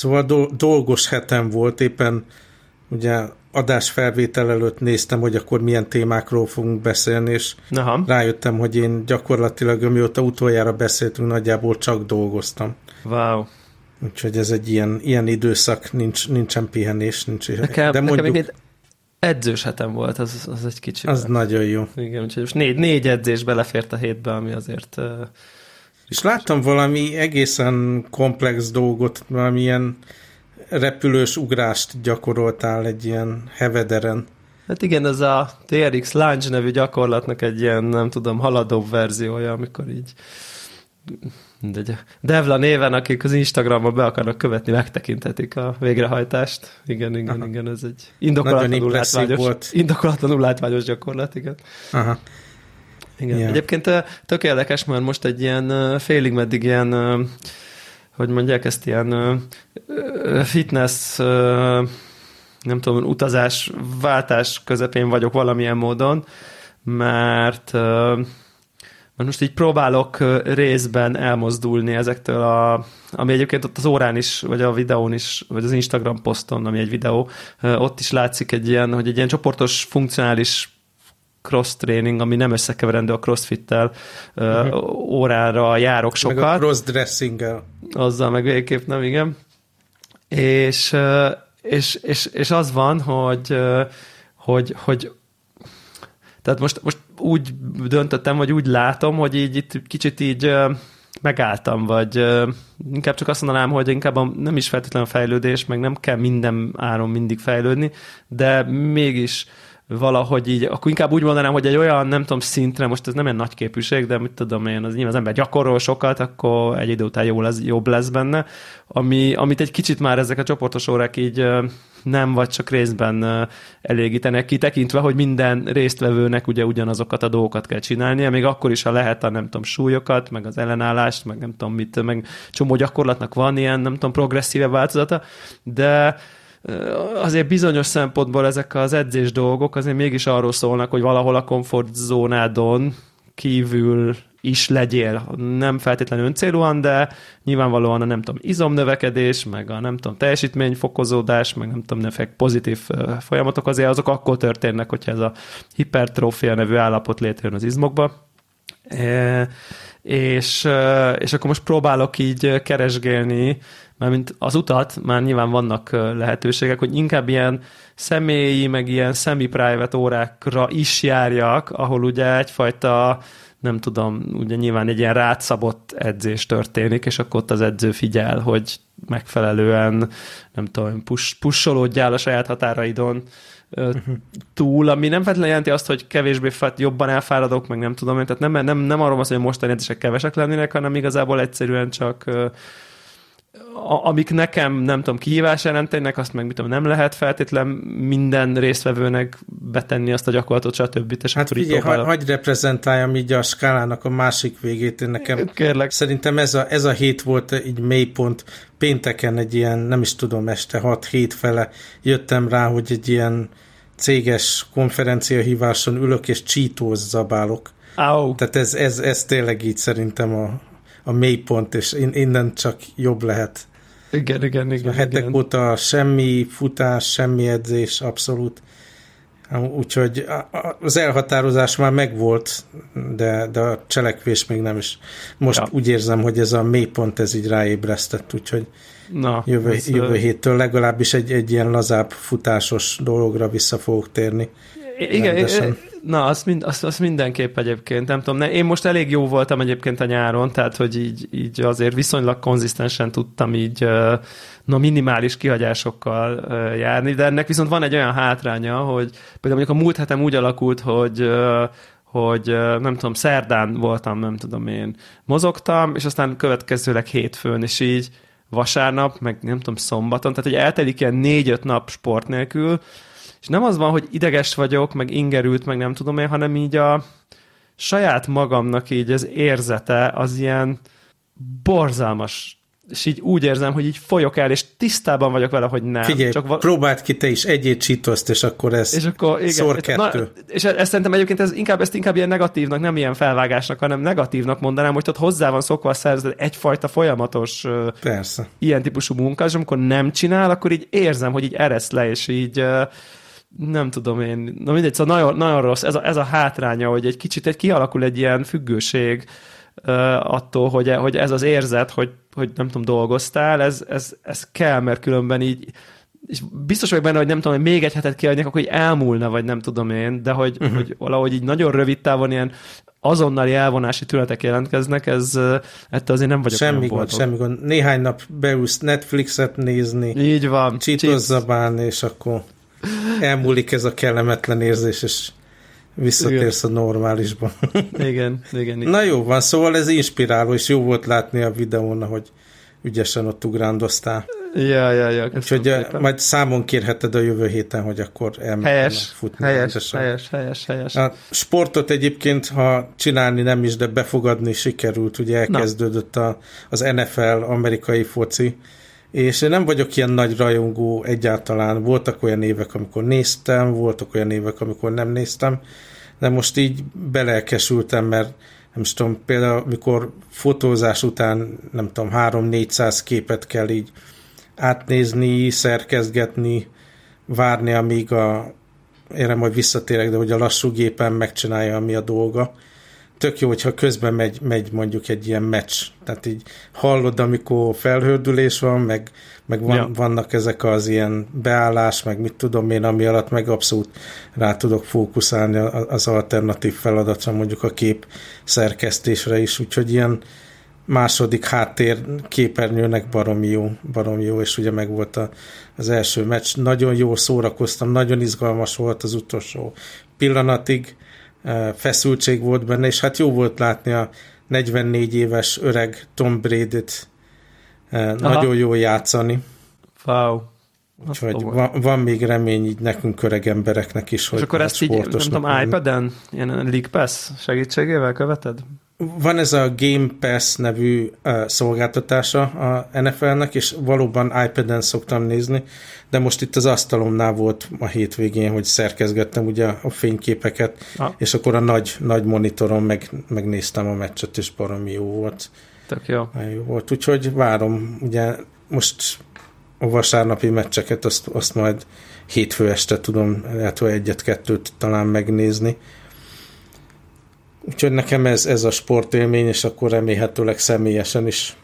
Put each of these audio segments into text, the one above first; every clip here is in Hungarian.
Szóval dolgos hetem volt, éppen ugye adásfelvétel előtt néztem, hogy akkor milyen témákról fogunk beszélni, és rájöttem, hogy én gyakorlatilag, amióta utoljára beszéltünk, nagyjából csak dolgoztam. Wow. Úgyhogy ez egy ilyen időszak, nincsen pihenés. Nekem még edzős hetem volt, az egy kicsi. Az nagyon jó. Igen, úgyhogy most négy edzés belefért a hétbe, ami azért... És láttam valami egészen komplex dolgot, valamilyen repülős ugrást gyakoroltál egy ilyen hevederen. Hát igen, ez a TRX Lunge nevű gyakorlatnak egy ilyen, nem tudom, haladóbb verziója, amikor így Devla néven, akik az Instagramon be akarnak követni, megtekinthetik a végrehajtást. Igen, ez egy indokolatlanul látványos gyakorlat, igen. Aha. Igen. Yeah. Egyébként tök érdekes, mert most egy ilyen félig meddig ilyen, hogy mondják ezt, ilyen fitness, nem tudom, utazás, váltás közepén vagyok valamilyen módon, mert most így próbálok részben elmozdulni ezektől ami egyébként ott az órán is, vagy a videón is, vagy az Instagram poszton, ami egy videó, ott is látszik egy ilyen, hogy egy ilyen csoportos, funkcionális cross-training, ami nem összekeverendő a crossfittel, órára járok sokat. Meg a cross-dressinggel. Azzal meg végképp nem, igen. És az van, hogy tehát most úgy döntöttem, vagy úgy látom, hogy így itt kicsit így megálltam, vagy inkább csak azt mondanám, hogy inkább nem is feltétlenül a fejlődés, meg nem kell minden áron mindig fejlődni, de mégis valahogy így, akkor inkább úgy mondanám, hogy egy olyan, nem tudom, szintre, most ez nem egy nagy képűség, de mit tudom én, az ember gyakorol sokat, akkor egy idő után jobb lesz benne, amit egy kicsit már ezek a csoportos órák így nem, vagy csak részben elégítenek ki, tekintve, hogy minden résztvevőnek ugye ugyanazokat a dolgokat kell csinálnia, még akkor is, ha lehet a nem tudom súlyokat, meg az ellenállást, meg nem tudom mit, meg csomó gyakorlatnak van ilyen, nem tudom, progresszíve változata, de azért bizonyos szempontból ezek az edzés dolgok azért mégis arról szólnak, hogy valahol a komfortzónádon kívül is legyél. Nem feltétlenül öncélúan, de nyilvánvalóan a nem tudom, izomnövekedés, meg a nem tudom, teljesítményfokozódás, meg nem tudom, pozitív folyamatok azért azok akkor történnek, hogyha ez a hipertrófia nevű állapot létrejön az izmokba. És akkor most próbálok így keresgélni, mármint az utat, már nyilván vannak lehetőségek, hogy inkább ilyen személyi, meg ilyen semi-private órákra is járjak, ahol ugye egyfajta, nem tudom, ugye nyilván egy ilyen rátszabott edzés történik, és akkor ott az edző figyel, hogy megfelelően, nem tudom, pussolódjál a saját határaidon túl, ami nem feltétlenül jelenti azt, hogy kevésbé jobban elfáradok, meg nem tudom én, tehát nem arról van szó, hogy mostani edzések kevesek lennének, hanem igazából egyszerűen csak amik nekem, nem tudom, kihívás jelentenek, azt meg nem lehet feltétlen minden résztvevőnek betenni azt a gyakorlatot, stb. Hát figyelj, hagyj reprezentáljam így a skálának a másik végét. Én nekem kérlek. Szerintem ez a hét volt egy mélypont. Pénteken egy ilyen, nem is tudom, este 6-7 fele jöttem rá, hogy egy ilyen céges konferenciahíváson ülök, és Cheetos zabálok. Au. Tehát ez tényleg így szerintem a mélypont, és innen csak jobb lehet. Igen. A hetek óta semmi futás, semmi edzés, abszolút. Úgyhogy az elhatározás már megvolt, de a cselekvés még nem is. Most úgy érzem, hogy ez a mélypont, ez így ráébresztett, úgyhogy jövő héttől legalábbis egy ilyen lazább futásos dologra vissza fogok térni. Igen, na, azt mindenképp egyébként, nem tudom, én most elég jó voltam egyébként a nyáron, tehát, hogy így azért viszonylag konzisztensen tudtam így minimális kihagyásokkal járni, de ennek viszont van egy olyan hátránya, hogy például mondjuk a múlt hetem úgy alakult, hogy nem tudom, szerdán voltam, nem tudom én, mozogtam, és aztán következőleg hétfőn, és így vasárnap, meg nem tudom, szombaton, tehát hogy eltelik ilyen 4-5 nap sport nélkül, és nem az van, hogy ideges vagyok, meg ingerült, meg nem tudom én, hanem így a saját magamnak így az érzete az ilyen borzalmas és így úgy érzem, hogy így folyok el, és tisztában vagyok vele, hogy nem. Figyelj, próbáld ki te is egyéb Cheetos-t, és akkor ez és akkor, igen, szor 2. És ezt szerintem egyébként ezt inkább ilyen negatívnak, nem ilyen felvágásnak, hanem negatívnak mondanám, hogy ott hozzá van szokva a szervezet egyfajta folyamatos persze. Ilyen típusú munka, és amikor nem csinál, akkor így érzem, hogy így ereszt le, és így nem tudom én, na mindegy, szóval nagyon, nagyon rossz, ez a hátránya, hogy egy kicsit kialakul egy ilyen függőség attól, hogy ez az érzet, hogy nem tudom, dolgoztál, ez kell, mert különben így, és biztos vagyok benne, hogy nem tudom, hogy még egy hetet kiadják, akkor így elmúlna, vagy nem tudom én, de hogy valahogy így nagyon rövid távon ilyen azonnali elvonási tünetek jelentkeznek, ettől azért nem vagyok semmi gond. Néhány nap beülsz Netflixet nézni, így van, Cheetos zabálni, és akkor elmúlik ez a kellemetlen érzés, és visszatérsz a normálisba. Igen. Na jó van, szóval ez inspiráló, és jó volt látni a videón, hogy ügyesen ott ugrándoztál. Ja. Úgyhogy majd számon kérheted a jövő héten, hogy akkor elmennek futni. Helyes. A sportot egyébként, ha csinálni nem is, de befogadni sikerült, ugye elkezdődött az NFL amerikai foci, és én nem vagyok ilyen nagy rajongó egyáltalán. Voltak olyan évek, amikor néztem, voltak olyan évek, amikor nem néztem, de most így belelkesültem, mert nem is tudom, például mikor fotózás után, nem tudom, 300-400 képet kell így átnézni, szerkezgetni, várni, amíg erre majd visszatérek, de hogy a lassú gépen megcsinálja, ami a dolga. Tök jó, hogyha közben megy mondjuk egy ilyen meccs. Tehát így hallod, amikor felhördülés van, meg vannak ezek az ilyen beállás, meg mit tudom én, ami alatt meg abszolút rá tudok fókuszálni az alternatív feladatra, mondjuk a kép szerkesztésre is, úgyhogy ilyen második háttér képernyőnek baromi jó, és ugye meg volt az első meccs. Nagyon jól szórakoztam, nagyon izgalmas volt az utolsó pillanatig, feszültség volt benne, és hát jó volt látni a 44 éves öreg Tom Brady-t nagyon jól játszani. Wow. Úgyhogy van még remény így nekünk öreg embereknek is, hogy és akkor ezt így, nem tudom, iPad-en, ilyen League Pass segítségével követed? Van ez a Game Pass nevű szolgáltatása a NFL-nek, és valóban iPad-en szoktam nézni, de most itt az asztalomnál volt a hétvégén, hogy szerkezgettem ugye a fényképeket, és akkor a nagy monitoron megnéztem a meccset, és baromi jó volt. Tök jó. Jó volt, úgyhogy várom, ugye most a vasárnapi meccseket, azt majd hétfő este tudom, lehet, hogy egyet-kettőt talán megnézni. Úgyhogy nekem ez a sportélmény, és akkor remélhetőleg személyesen is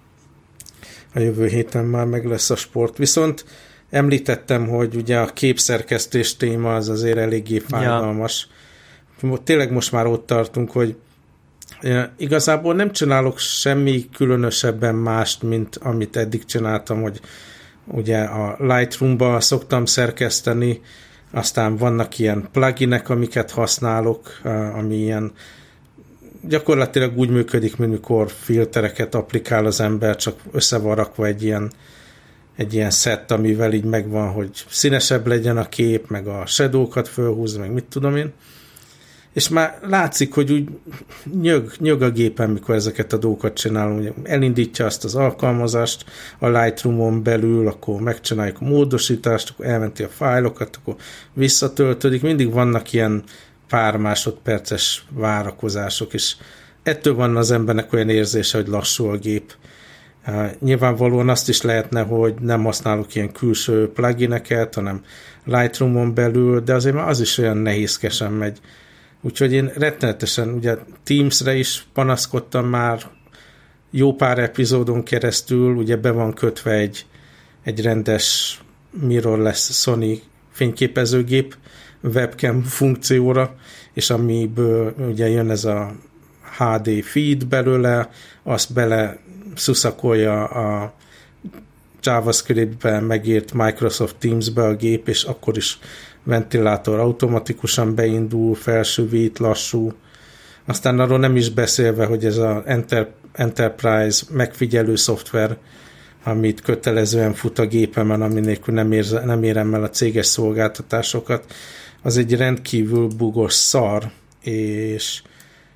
a jövő héten már meg lesz a sport. Viszont említettem, hogy ugye a képszerkesztés téma az azért eléggé fájdalmas. Ja. Tényleg most már ott tartunk, hogy igazából nem csinálok semmi különösebben mást, mint amit eddig csináltam, hogy ugye a Lightroom-ba szoktam szerkeszteni, aztán vannak ilyen pluginek, amiket használok, ami ilyen gyakorlatilag úgy működik, mint mikor filtereket applikál az ember, csak össze van rakva egy ilyen set, amivel így megvan, hogy színesebb legyen a kép, meg a shadowkat fölhúz, meg mit tudom én. És már látszik, hogy úgy nyög a gépen, mikor ezeket a dolgokat csinálom. Elindítja azt az alkalmazást a Lightroom-on belül, akkor megcsináljuk a módosítást, akkor elmenti a fájlokat, akkor visszatöltődik. Mindig vannak ilyen pár másodperces várakozások, és ettől van az embernek olyan érzése, hogy lassú a gép. Nyilvánvalóan azt is lehetne, hogy nem használok ilyen külső plugineket, hanem Lightroom-on belül, de azért már az is olyan nehézkesen megy. Úgyhogy én rettenetesen, ugye Teams-re is panaszkodtam már jó pár epizódon keresztül, ugye be van kötve egy rendes mirrorless Sony fényképezőgép webcam funkcióra, és amiből ugye jön ez a HD feed belőle, azt bele szuszakolja a JavaScript-ben megírt Microsoft Teams-be a gép, és akkor is ventilátor automatikusan beindul, felsüvít, lassú. Aztán arról nem is beszélve, hogy ez az Enterprise megfigyelő szoftver, amit kötelezően fut a gépemen, ami nélkül nem érem el a céges szolgáltatásokat, az egy rendkívül bugos szar, és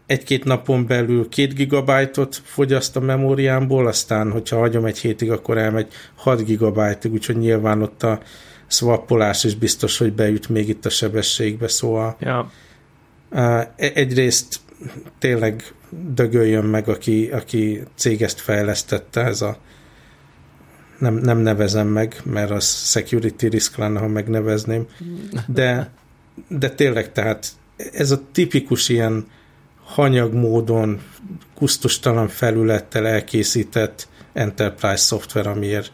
1-2 napon belül 2 gigabájtot fogyaszt a memóriámból, aztán, hogyha hagyom egy hétig, akkor elmegy 6 gigabájtig, úgyhogy nyilván ott a swappolás is biztos, hogy beüt még itt a sebességbe, szóval egyrészt tényleg dögöljön meg, aki cég fejlesztette, ez a nem nevezem meg, mert az security risk lenne, ha megnevezném, de tényleg, tehát ez a tipikus ilyen hanyag módon, kusztustalan felülettel elkészített enterprise szoftver, amiért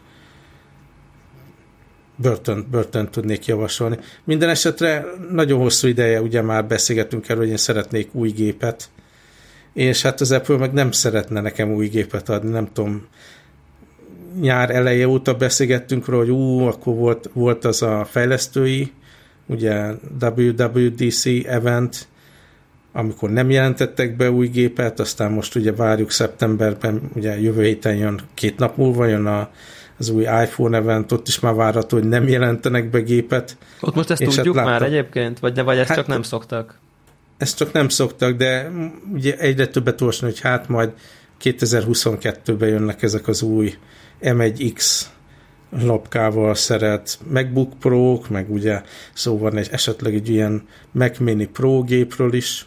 börtön tudnék javasolni. Minden esetre nagyon hosszú ideje ugye már beszélgetünk erről, hogy én szeretnék új gépet, és hát az Apple meg nem szeretne nekem új gépet adni, nem tudom, nyár eleje óta beszélgettünk róla, hogy akkor volt az a fejlesztői, ugye WWDC event, amikor nem jelentettek be új gépet, aztán most ugye várjuk szeptemberben, ugye jövő héten jön, 2 nap múlva jön az új iPhone event, ott is már várható, hogy nem jelentenek be gépet. Ott most ezt tudjuk már egyébként? Vagy ezt csak nem szoktak? Ezt csak nem szoktak, de ugye egyre többet olvasni, hogy hát majd 2022-ben jönnek ezek az új M1X lapkával szerelt MacBook Pro-k, meg ugye szó van esetleg egy ilyen Mac Mini Pro gépről is.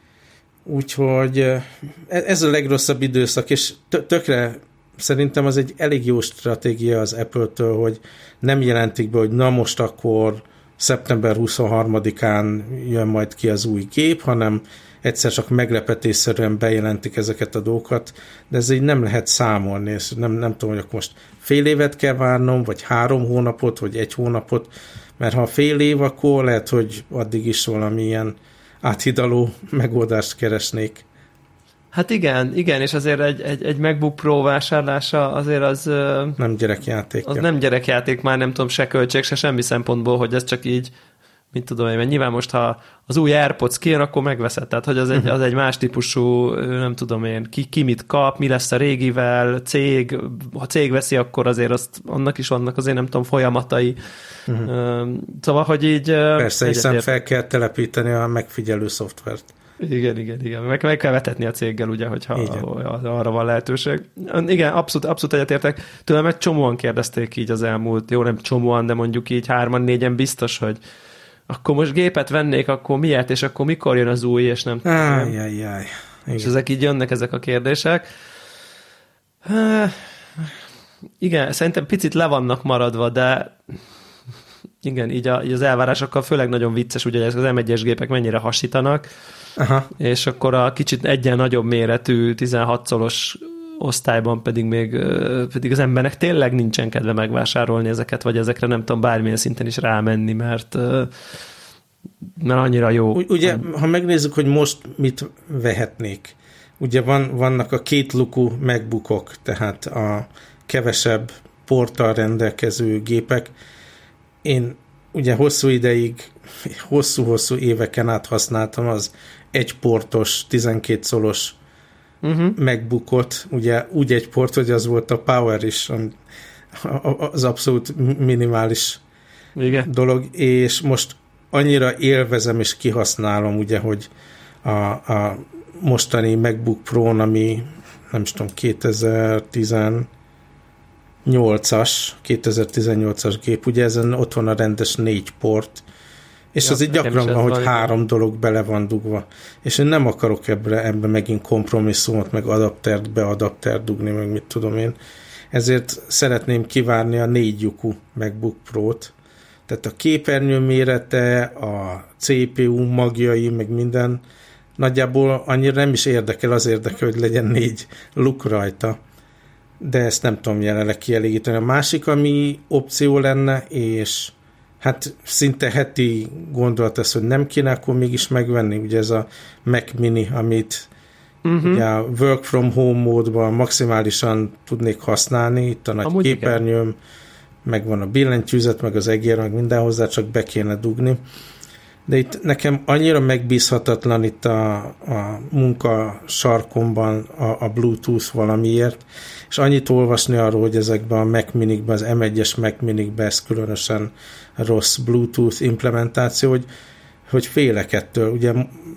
Úgyhogy ez a legrosszabb időszak, és tökre szerintem az egy elég jó stratégia az Apple-től, hogy nem jelentik be, hogy na most akkor szeptember 23-án jön majd ki az új gép, hanem egyszer csak meglepetésszerűen bejelentik ezeket a dolgokat, de ez így nem lehet számolni, és nem tudom, hogy akkor most fél évet kell várnom, vagy 3 hónapot, vagy 1 hónapot, mert ha fél év, akkor lehet, hogy addig is valamilyen áthidaló megoldást keresnék. Hát igen, és azért egy MacBook Pro vásárlása azért az... Nem gyerekjáték. Az nem gyerekjáték, már nem tudom, se költség, se semmi szempontból, hogy ez csak így, mit tudom én, mert nyilván most, ha az új AirPods kijön, akkor megveszed. Tehát, hogy az egy más típusú, nem tudom én, ki mit kap, mi lesz a régivel, cég, ha cég veszi, akkor azért annak is vannak azért, nem tudom, folyamatai. Szóval, hogy így... Persze, hiszen fel kell telepíteni a megfigyelő szoftvert. Igen. Meg kell vetetni a céggel, ugye, hogyha arra van lehetőség. Igen, abszolút egyetértek. Tőlem egy csomóan kérdezték így az elmúlt, jó, nem csomóan, de mondjuk így 3-4-en biztos, hogy akkor most gépet vennék, akkor miért, és akkor mikor jön az új, és nem tudom. És ezek így jönnek, ezek a kérdések. Igen, szerintem picit le vannak maradva, de igen, így az elvárásokkal főleg nagyon vicces, ugye ezek az M1-es gépek mennyire hasítanak, aha. És akkor a kicsit egyen nagyobb méretű 16 szolos osztályban pedig az embernek tényleg nincsen kedve megvásárolni ezeket, vagy ezekre nem tudom bármilyen szinten is rámenni, mert annyira jó. Ugye, ha megnézzük, hogy most mit vehetnék, ugye vannak a 2 lukú MacBookok, tehát a kevesebb porttal rendelkező gépek. Én ugye hosszú ideig, hosszú éveken át használtam az 1 portos, 12 szolos MacBookot, ugye úgy 1 port, hogy az volt a Power is, az abszolút minimális dolog, és most annyira élvezem és kihasználom, ugye, hogy a mostani MacBook Pro-n, ami nem is tudom, 2018-as gép, ugye ezen ott van a rendes 4 port, és az így gyakran van, hogy 3 dolog bele van dugva. És én nem akarok ebbe megint kompromisszumot, meg adaptert dugni, meg mit tudom én. Ezért szeretném kivárni a 4 lyukú MacBook Pro-t. Tehát a képernyő mérete, a CPU magjai, meg minden nagyjából annyira nem is érdekel, az érdekel, hogy legyen 4 luk rajta. De ezt nem tudom jelenleg kielégíteni. A másik, ami opció lenne, és hát szinte heti gondolat ez, hogy nem kéne akkor mégis megvenni, ugye ez a Mac Mini, amit ugye a work from home módban maximálisan tudnék használni, itt a nagy amúgy képernyőm, meg van a billentyűzet, meg az egér, meg minden hozzá, csak be kéne dugni. De itt nekem annyira megbízhatatlan itt a munka sarkomban a Bluetooth valamiért, és annyit olvasni arról, hogy ezekben a Mac Minikben, az M1-es Mac Minikben ez különösen rossz Bluetooth implementáció, hogy félek ettől. Ugye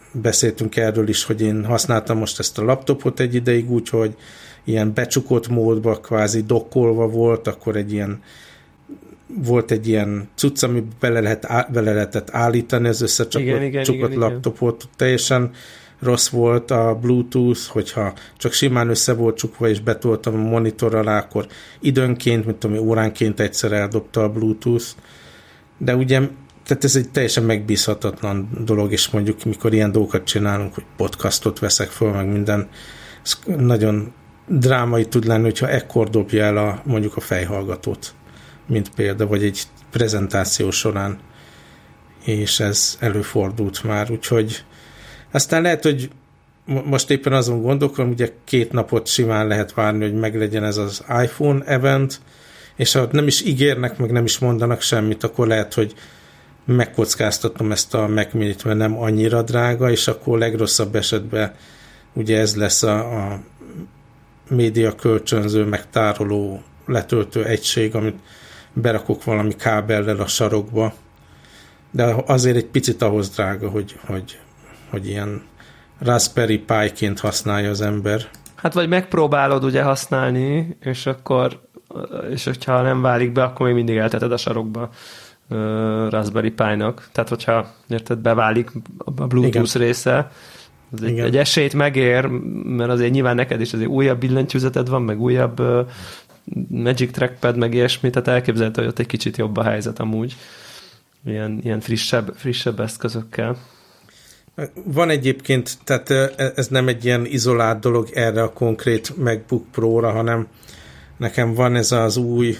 beszéltünk erről is, hogy én használtam most ezt a laptopot egy ideig úgy, hogy ilyen becsukott módba kvázi dokkolva volt, akkor volt egy ilyen cucc, ami bele lehetett állítani az összecsukott laptopot. Teljesen rossz volt a Bluetooth, hogyha csak simán össze volt csukva, és betoltam a monitor alá, akkor időnként, mint tudom, óránként egyszer eldobta a Bluetooth. De ugye, tehát ez egy teljesen megbízhatatlan dolog, és mondjuk, mikor ilyen dolgokat csinálunk, hogy podcastot veszek föl, meg minden, ez nagyon drámai tud lenni, hogyha ekkor dobja el mondjuk a fejhallgatót, mint példa, vagy egy prezentáció során, és ez előfordult már, úgyhogy aztán lehet, hogy most éppen azon gondolkodom, ugye 2 napot simán lehet várni, hogy meglegyen ez az iPhone event, és ha nem is ígérnek, meg nem is mondanak semmit, akkor lehet, hogy megkockáztatom ezt a Mac Minit, mert nem annyira drága, és akkor legrosszabb esetben ugye ez lesz a média kölcsönző, meg tároló, letöltő egység, amit berakok valami kábellel a sarokba, de azért egy picit ahhoz drága, hogy ilyen Raspberry Pi-ként használja az ember. Hát vagy megpróbálod ugye használni, és hogyha nem válik be, akkor még mindig elteted a sarokba Raspberry Pi-nak. Tehát hogyha érted, beválik a Bluetooth igen. része, az egy esélyt megér, mert azért nyilván neked is azért újabb billentyűzeted van, meg újabb Magic Trackpad, meg ilyesmi, tehát elképzelhető, hogy ott egy kicsit jobb a helyzet amúgy, ilyen frissebb eszközökkel. Van egyébként, tehát ez nem egy ilyen izolált dolog erre a konkrét MacBook Pro-ra, hanem nekem van ez az új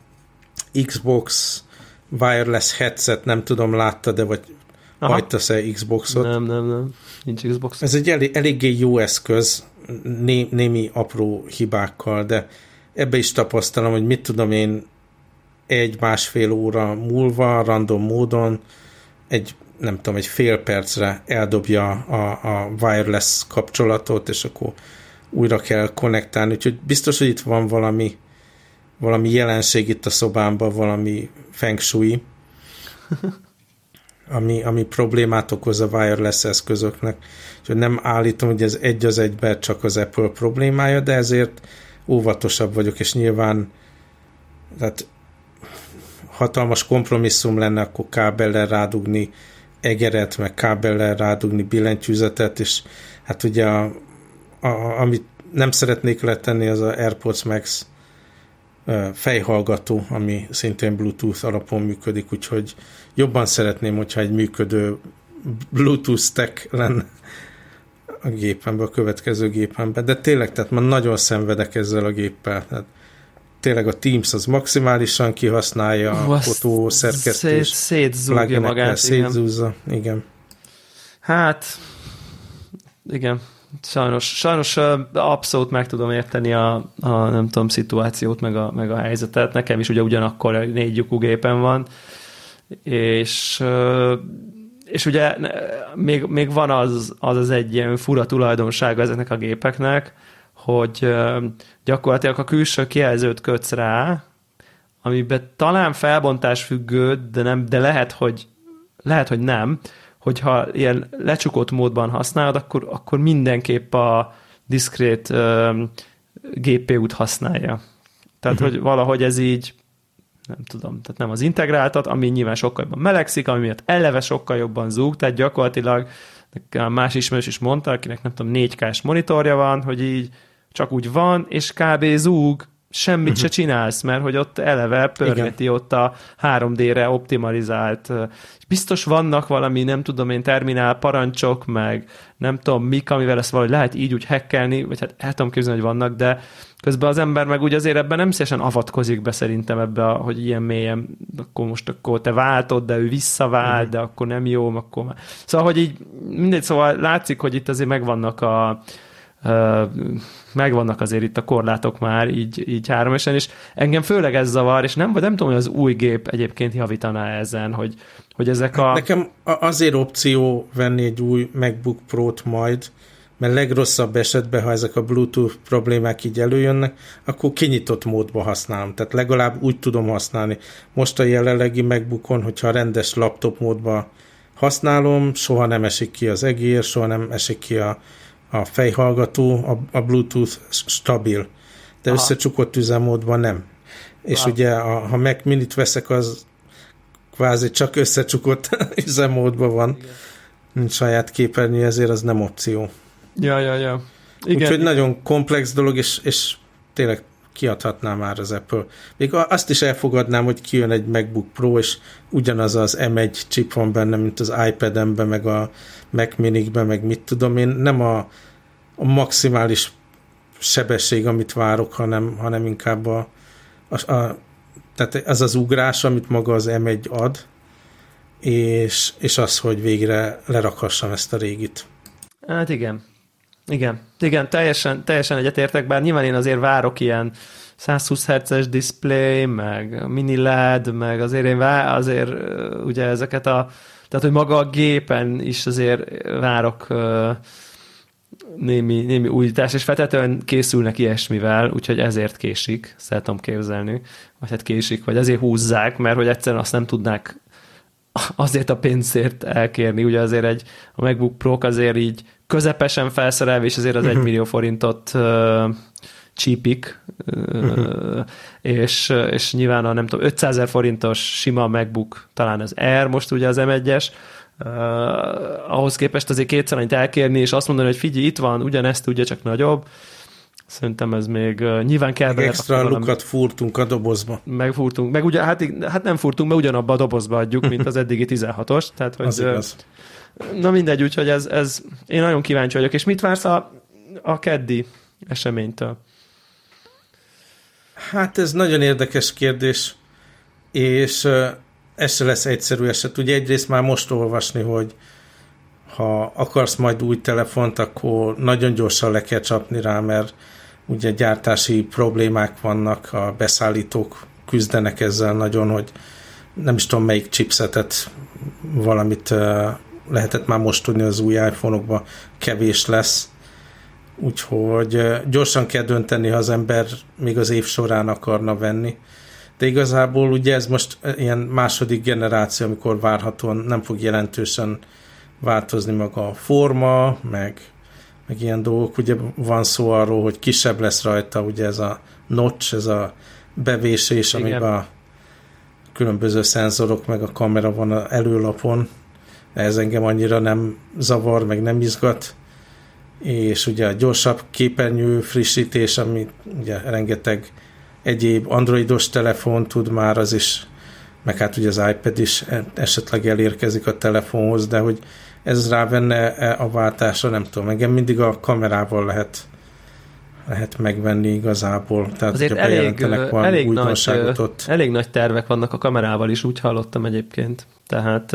Xbox wireless headset, nem tudom, láttad-e, vagy hagytasz-e Xboxot? Nem, nincs Xbox. Ez egy eléggé jó eszköz, némi apró hibákkal, de ebbe is tapasztalom, hogy mit tudom én, 1-1,5 óra múlva, random módon, egy fél percre eldobja a wireless kapcsolatot, és akkor újra kell konnektálni, úgyhogy biztos, hogy itt van valami jelenség itt a szobámban, valami feng shui, ami problémát okoz a wireless eszközöknek. Úgyhogy nem állítom, hogy ez egy az egyben csak az Apple problémája, de ezért óvatosabb vagyok, és nyilván tehát hatalmas kompromisszum lenne akkor kábellel rádugni egeret, meg kábellel rádugni billentyűzetet, és hát ugye amit nem szeretnék letenni, az a AirPods Max fejhallgató, ami szintén Bluetooth alapon működik, úgyhogy jobban szeretném, hogyha egy működő Bluetooth stack lenne a gépemben, a következő gépemben, de tényleg, tehát már nagyon szenvedek ezzel a géppel, tehát tényleg a Teams az maximálisan kihasználja a fotószerkesztés. Szétzúgja magát. Szétzúzza, igen. Hát, igen. Sajnos abszolút meg tudom érteni a nem tudom, szituációt, meg a helyzetet. Nekem is ugye ugyanakkor 4 lyukú gépen van, és ugye még van az egy ilyen fura tulajdonsága ezeknek a gépeknek, hogy gyakorlatilag a külső kijelzőt kötsz rá, amiben talán felbontás függő, de lehet, hogy nem, hogyha ilyen lecsukott módban használod, akkor mindenképp a diszkrét GPU-t használja. Tehát, hogy valahogy ez így, nem tudom, tehát nem az integráltat, ami nyilván sokkal jobban melegszik, ami miatt eleve sokkal jobban zúg, tehát gyakorlatilag más ismerős is mondta, akinek nem tudom, 4K-s monitorja van, hogy így csak úgy van, és kb. Zúg, semmit se csinálsz, mert hogy ott eleve pörgeti igen. ott a 3D-re optimalizált. Biztos vannak valami, nem tudom én, terminál parancsok, meg nem tudom mik, amivel ezt valahogy lehet így úgy hackelni, vagy hát el tudom képzelni, hogy vannak, de közben az ember meg úgy azért ebben nem szívesen avatkozik be szerintem ebbe, hogy ilyen mélyen, akkor te váltod, de ő visszavált, de akkor nem jó, akkor már. Szóval, hogy így mindegy, szóval látszik, hogy itt azért megvannak azért itt a korlátok már így háromesen, és engem főleg ez zavar, és nem tudom, hogy az új gép egyébként javítaná ezen, hogy ezek a... Nekem azért opció venni egy új MacBook Pro-t majd, mert legrosszabb esetben, ha ezek a Bluetooth problémák így előjönnek, akkor kinyitott módba használom, tehát legalább úgy tudom használni. Most a jelenlegi MacBookon, hogyha rendes laptop módba használom, soha nem esik ki az egér, soha nem esik ki a fejhallgató, a Bluetooth stabil, de összecsukott üzemmódban nem. És ugye, ha Mac Minit veszek, az kvázi csak összecsukott üzemmódban van. Igen. Nincs saját képernyő, ezért az nem opció. Ja. Igen. Úgyhogy nagyon komplex dolog, és tényleg kiadhatná már az Apple. Még azt is elfogadnám, hogy kijön egy MacBook Pro, és ugyanaz az M1 chip van benne, mint az iPad-emben, meg a Mac Minikben, meg mit tudom én. Nem a maximális sebesség, amit várok, hanem inkább tehát az ugrás, amit maga az M1 ad, és az, hogy végre lerakhassam ezt a régit. Hát igen, teljesen egyetértek, bár nyilván én azért várok ilyen 120 Hz-es display, meg mini LED, meg azért ugye ezeket tehát, hogy maga a gépen is azért várok némi újítás, és feltétlenül készülnek ilyesmivel, úgyhogy ezért késik, szeretem képzelni, vagy hát késik, vagy ezért húzzák, mert hogy egyszerűen azt nem tudnák azért a pénzért elkérni, ugye azért a MacBook Pro-k azért így közepesen felszerelve, és azért az 1 millió forintot csípik, és nyilván a nem tudom, 500 000 forintos sima MacBook, talán az Air most ugye az M1-es, ahhoz képest azért kétszer annyit elkérni, és azt mondani, hogy figyelj, itt van, ugyanezt tudja, csak nagyobb. Szerintem ez még nyilván kell bele. Extra lukat fúrtunk a dobozba. Megfúrtunk, meg ugye, hát nem fúrtunk, mert ugyanabba a dobozba adjuk, mint az eddigi 16-os. Tehát, hogy, az igaz. Na mindegy, úgyhogy ez én nagyon kíváncsi vagyok. És mit vársz a keddi eseménytől? Hát ez nagyon érdekes kérdés, és ez se lesz egyszerű eset. Ugye egyrészt már most olvasni, hogy ha akarsz majd új telefont, akkor nagyon gyorsan le kell csapni rá, mert ugye gyártási problémák vannak, a beszállítók küzdenek ezzel nagyon, hogy nem is tudom melyik chipsetet, valamit lehetett már most tudni, az új iPhone-okban kevés lesz. Úgyhogy gyorsan kell dönteni, ha az ember még az év során akarna venni. De igazából ugye ez most ilyen második generáció, amikor várhatóan nem fog jelentősen változni maga a forma, meg ilyen dolgok. Ugye van szó arról, hogy kisebb lesz rajta, ugye ez a notch, ez a bevésés, amiben a különböző szenzorok, meg a kamera van az előlapon. Ez engem annyira nem zavar, meg nem izgat. És ugye a gyorsabb képernyő frissítés, ami ugye rengeteg egyéb androidos telefon tud már, az is, meg hát ugye az iPad is esetleg elérkezik a telefonhoz, de hogy ez rávenne a váltásra, nem tudom. Engem mindig a kamerával lehet megvenni igazából. Tehát azért elég nagy tervek vannak a kamerával is, úgy hallottam egyébként. Tehát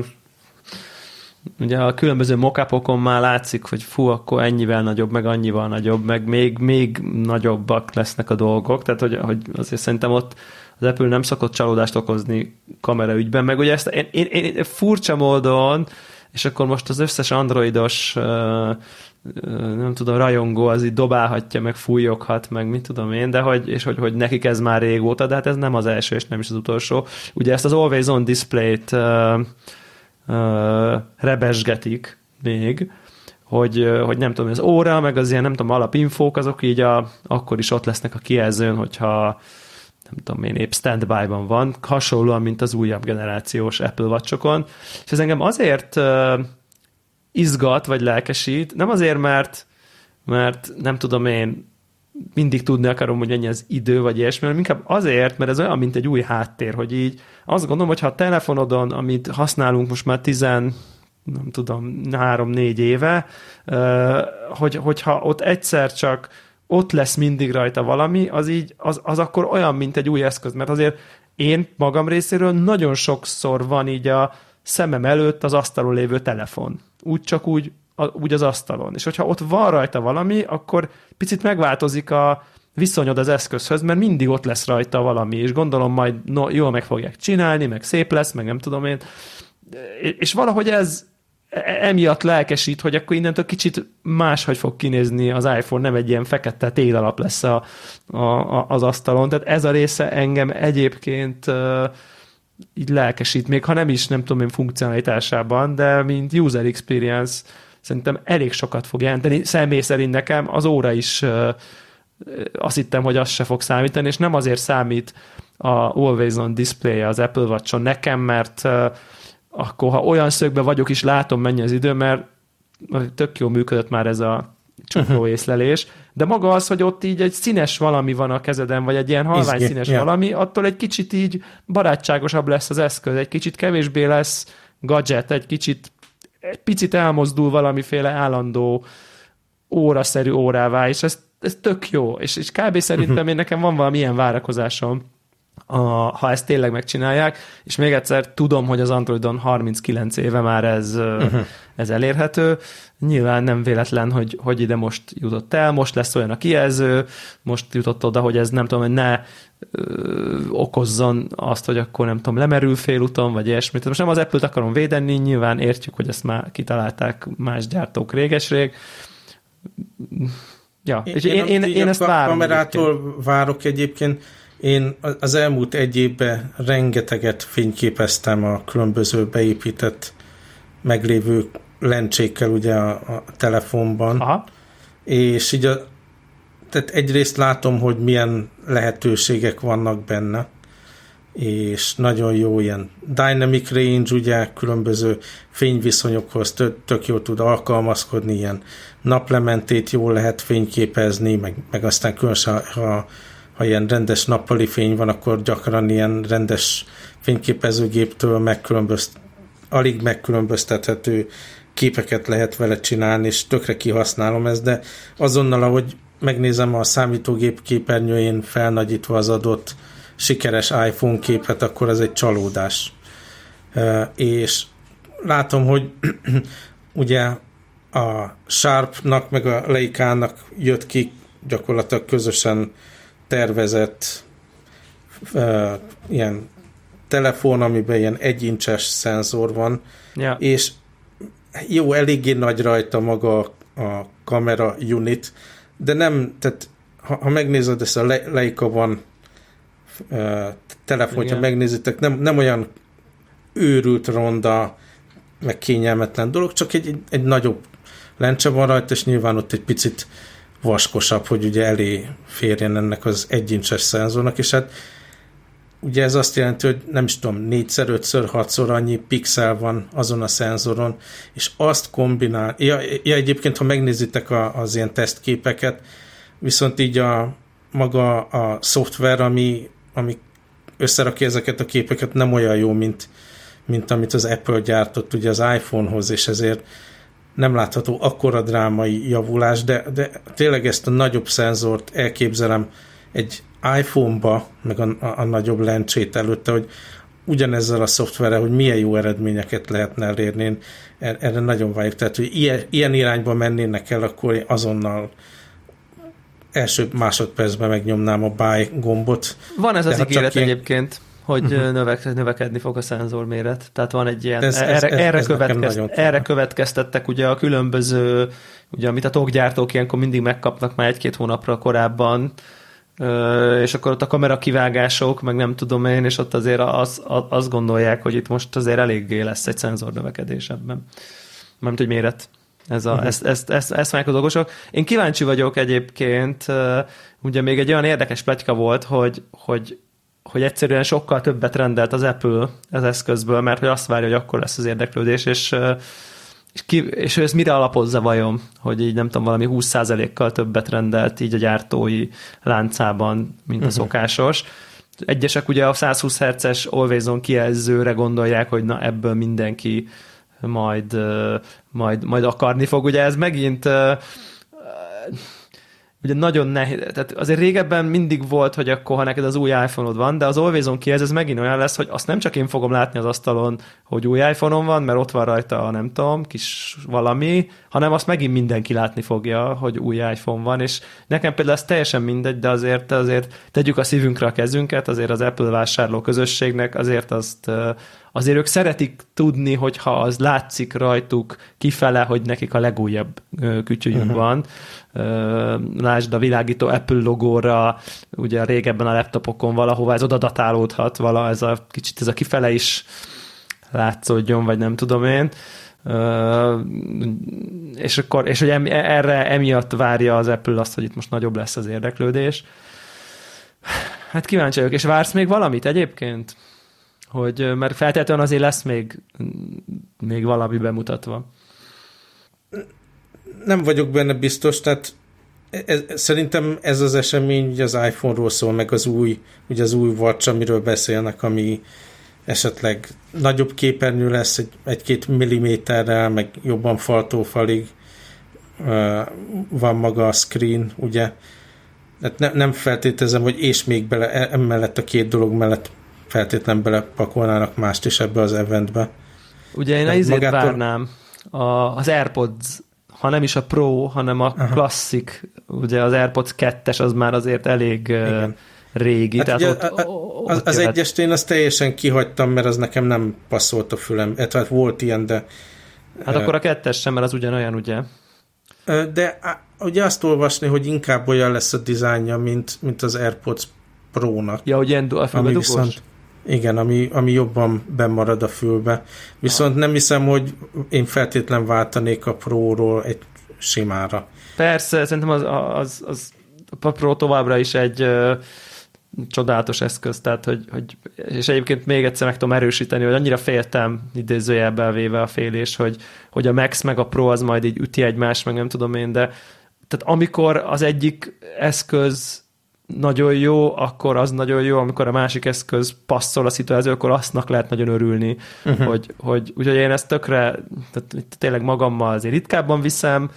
ugye a különböző mock-upokon már látszik, hogy akkor ennyivel nagyobb, meg annyival nagyobb, meg még nagyobbak lesznek a dolgok, tehát hogy azért szerintem ott az Apple nem szokott csalódást okozni kameraügyben, meg ugye ezt én furcsa módon, és akkor most az összes androidos nem tudom, rajongó az így dobálhatja, meg fújoghat, meg mit tudom én, de hogy nekik ez már régóta, de hát ez nem az első, és nem is az utolsó. Ugye ezt az Always On Display-t rebesgetik még, hogy nem tudom, az óra, meg az ilyen nem tudom, alapinfók, azok így akkor is ott lesznek a kijelzőn, hogyha nem tudom én, épp standby-ban van, hasonlóan, mint az újabb generációs Apple Watch-okon. És ez engem azért izgat, vagy lelkesít, nem azért, mert nem tudom én, mindig tudni akarom, hogy ennyi az idő, vagy ilyesmi, hanem inkább azért, mert ez olyan, mint egy új háttér, hogy így azt gondolom, hogy ha a telefonodon, amit használunk most már 3-4 éve, hogyha ott egyszer csak ott lesz mindig rajta valami, az akkor olyan, mint egy új eszköz, mert azért én magam részéről nagyon sokszor van így a szemem előtt az asztalon lévő telefon. Úgy az asztalon. És hogyha ott van rajta valami, akkor picit megváltozik a viszonyod az eszközhöz, mert mindig ott lesz rajta valami, és gondolom majd jól meg fogják csinálni, meg szép lesz, meg nem tudom én. És valahogy ez emiatt lelkesít, hogy akkor innentől kicsit máshogy fog kinézni az iPhone, nem egy ilyen fekete télalap lesz az asztalon. Tehát ez a része engem egyébként így lelkesít, még ha nem is, nem tudom én, funkcionalitásában, de mint user experience szerintem elég sokat fog jelenteni. Személy szerint nekem az óra is azt hittem, hogy az se fog számítani, és nem azért számít a Always On Display az Apple Watch-on nekem, mert akkor, ha olyan szögben vagyok is, látom, mennyi az idő, mert tök jól működött már ez a csukló észlelés, de maga az, hogy ott így egy színes valami van a kezeden, vagy egy ilyen halvány színes valami, attól egy kicsit így barátságosabb lesz az eszköz, egy kicsit kevésbé lesz gadget, egy picit elmozdul valamiféle állandó óraszerű órává, és ez tök jó, és kb. Szerintem nekem van valami ilyen várakozásom, ha ezt tényleg megcsinálják, és még egyszer tudom, hogy az Androidon 39 éve már ez elérhető. Nyilván nem véletlen, hogy ide most jutott el, most lesz olyan a kijelző, most jutott oda, hogy ez nem tudom, hogy ne okozzon azt, hogy akkor nem tudom, lemerül félúton, vagy ilyesmit. Most nem az Apple-t akarom védeni, nyilván értjük, hogy ezt már kitalálták más gyártók réges-rég. Ja, és én ezt várom. Kamerától várok egyébként. Én az elmúlt egy évben rengeteget fényképeztem a különböző beépített meglévő lencsékkel ugye a telefonban. Aha. És így tehát egyrészt látom, hogy milyen lehetőségek vannak benne, és nagyon jó ilyen dynamic range, ugye különböző fényviszonyokhoz tök jól tud alkalmazkodni, ilyen naplementét jól lehet fényképezni, meg aztán különösen, ha ilyen rendes nappali fény van, akkor gyakran ilyen rendes fényképezőgéptől alig megkülönböztethető képeket lehet vele csinálni, és tökre kihasználom ezt, de azonnal, ahogy megnézem a számítógép képernyőjén felnagyítva az adott sikeres iPhone képet, akkor ez egy csalódás. És látom, hogy ugye a Sharpnak meg a Leica-nak jött ki gyakorlatilag közösen tervezett ilyen telefon, amiben ilyen 1 incses szenzor van, és jó, eléggé nagy rajta maga a kamera unit, de nem, tehát ha megnézed ezt a Leica van telefon, hogyha megnézitek, nem olyan őrült ronda, meg kényelmetlen dolog, csak egy nagyobb lencse van rajta, és nyilván ott egy picit vaskosabb, hogy ugye elé férjen ennek az 1 incses szenzornak, és hát ugye ez azt jelenti, hogy nem is tudom, 4-szer, 5-ször, 6-szor annyi pixel van azon a szenzoron, és azt kombinál. Ja, egyébként, ha megnézitek az ilyen tesztképeket, viszont így maga a szoftver, ami összerakja ezeket a képeket, nem olyan jó, mint amit az Apple gyártott ugye az iPhone-hoz, és ezért nem látható akkora drámai javulás, de tényleg ezt a nagyobb szenzort elképzelem egy iPhone-ba, meg a nagyobb lencsét előtte, hogy ugyanezzel a szoftverrel, hogy milyen jó eredményeket lehetne elérni. Én erre nagyon vágyok. Tehát, hogy ilyen irányba mennének el, akkor azonnal első másodpercben megnyomnám a buy gombot. Van ez az ígéret egyébként, hogy növekedni fog a szenzorméret. Tehát van egy ilyen, erre következtettek ugye a különböző, ugye amit a tokgyártók ilyenkor mindig megkapnak már 1-2 hónapra korábban, és akkor ott a kamera kivágások, meg nem tudom én, és ott azért azt gondolják, hogy itt most azért eléggé lesz egy szenzor növekedés ebben. Mármint, hogy méret. Ezt mondják a dolgosok. Én kíváncsi vagyok egyébként, ugye még egy olyan érdekes pletyka volt, hogy egyszerűen sokkal többet rendelt az Apple az eszközből, mert hogy azt várja, hogy akkor lesz az érdeklődés, és ő ezt mire alapozza vajon, hogy így nem tudom, valami 20%-kal többet rendelt így a gyártói láncában, mint a szokásos. Egyesek ugye a 120 Hz-es Always On kijelzőre gondolják, hogy na ebből mindenki majd akarni fog. Ugye ez megint ugye nagyon nehéz, tehát azért régebben mindig volt, hogy akkor, ha neked az új iPhone-od van, de az Always On kijelző ez megint olyan lesz, hogy azt nem csak én fogom látni az asztalon, hogy új iPhone-on van, mert ott van rajta, nem tudom, kis valami, hanem azt megint mindenki látni fogja, hogy új iPhone van, és nekem például ez teljesen mindegy, de azért tegyük a szívünkre a kezünket, azért az Apple vásárló közösségnek, azért azt azért ők szeretik tudni, hogyha az látszik rajtuk kifele, hogy nekik a legújabb kütyüjük van. Lásd a világító Apple logóra, ugye régebben a laptopokon valahova ez oda datálódhat, ez a kicsit ez a kifele is látszódjon, vagy nem tudom én. És hogy emiatt várja az Apple azt, hogy itt most nagyobb lesz az érdeklődés. Hát kíváncsi vagyok. És vársz még valamit egyébként? Mert feltétlenül azért lesz még valami bemutatva. Nem vagyok benne biztos, tehát szerintem ez az esemény ugye az iPhone-ról szól, meg az új Watch, amiről beszélnek, ami esetleg nagyobb képernyő lesz, egy-két milliméterrel, meg jobban faltól-falig van maga a screen, ugye. Tehát nem feltételezem, hogy és még bele emellett a két dolog mellett feltétlenül belepakolnának mást is ebbe az eventbe. Ugye én ezért várnám az AirPods, ha nem is a Pro, hanem a Classic, ugye az AirPods 2-es az már azért elég régi. Hát tehát ugye, az egyest én azt teljesen kihagytam, mert az nekem nem passzolt a fülem. Tehát volt ilyen, de... Hát akkor a 2-es sem, mert az ugyanolyan, ugye? De ugye azt olvasni, hogy inkább olyan lesz a dizájnja, mint az AirPods Pro-nak. Ja, hogy ilyen a fülbe dugós? Igen, ami jobban bemarad a fülbe. Viszont nem hiszem, hogy én feltétlen váltanék a Pro-ról egy simára. Persze, szerintem a Pro továbbra is egy csodálatos eszköz, tehát és egyébként még egyszer meg tudom erősíteni, hogy annyira féltem, idézőjelben véve a félés, hogy a Max meg a Pro az majd így üti egymást, meg nem tudom én, de tehát amikor az egyik eszköz nagyon jó, akkor az nagyon jó, amikor a másik eszköz passzol a szituáció, akkor aztnak lehet nagyon örülni, úgyhogy én ezt tökre, tehát tényleg magammal azért ritkábban viszem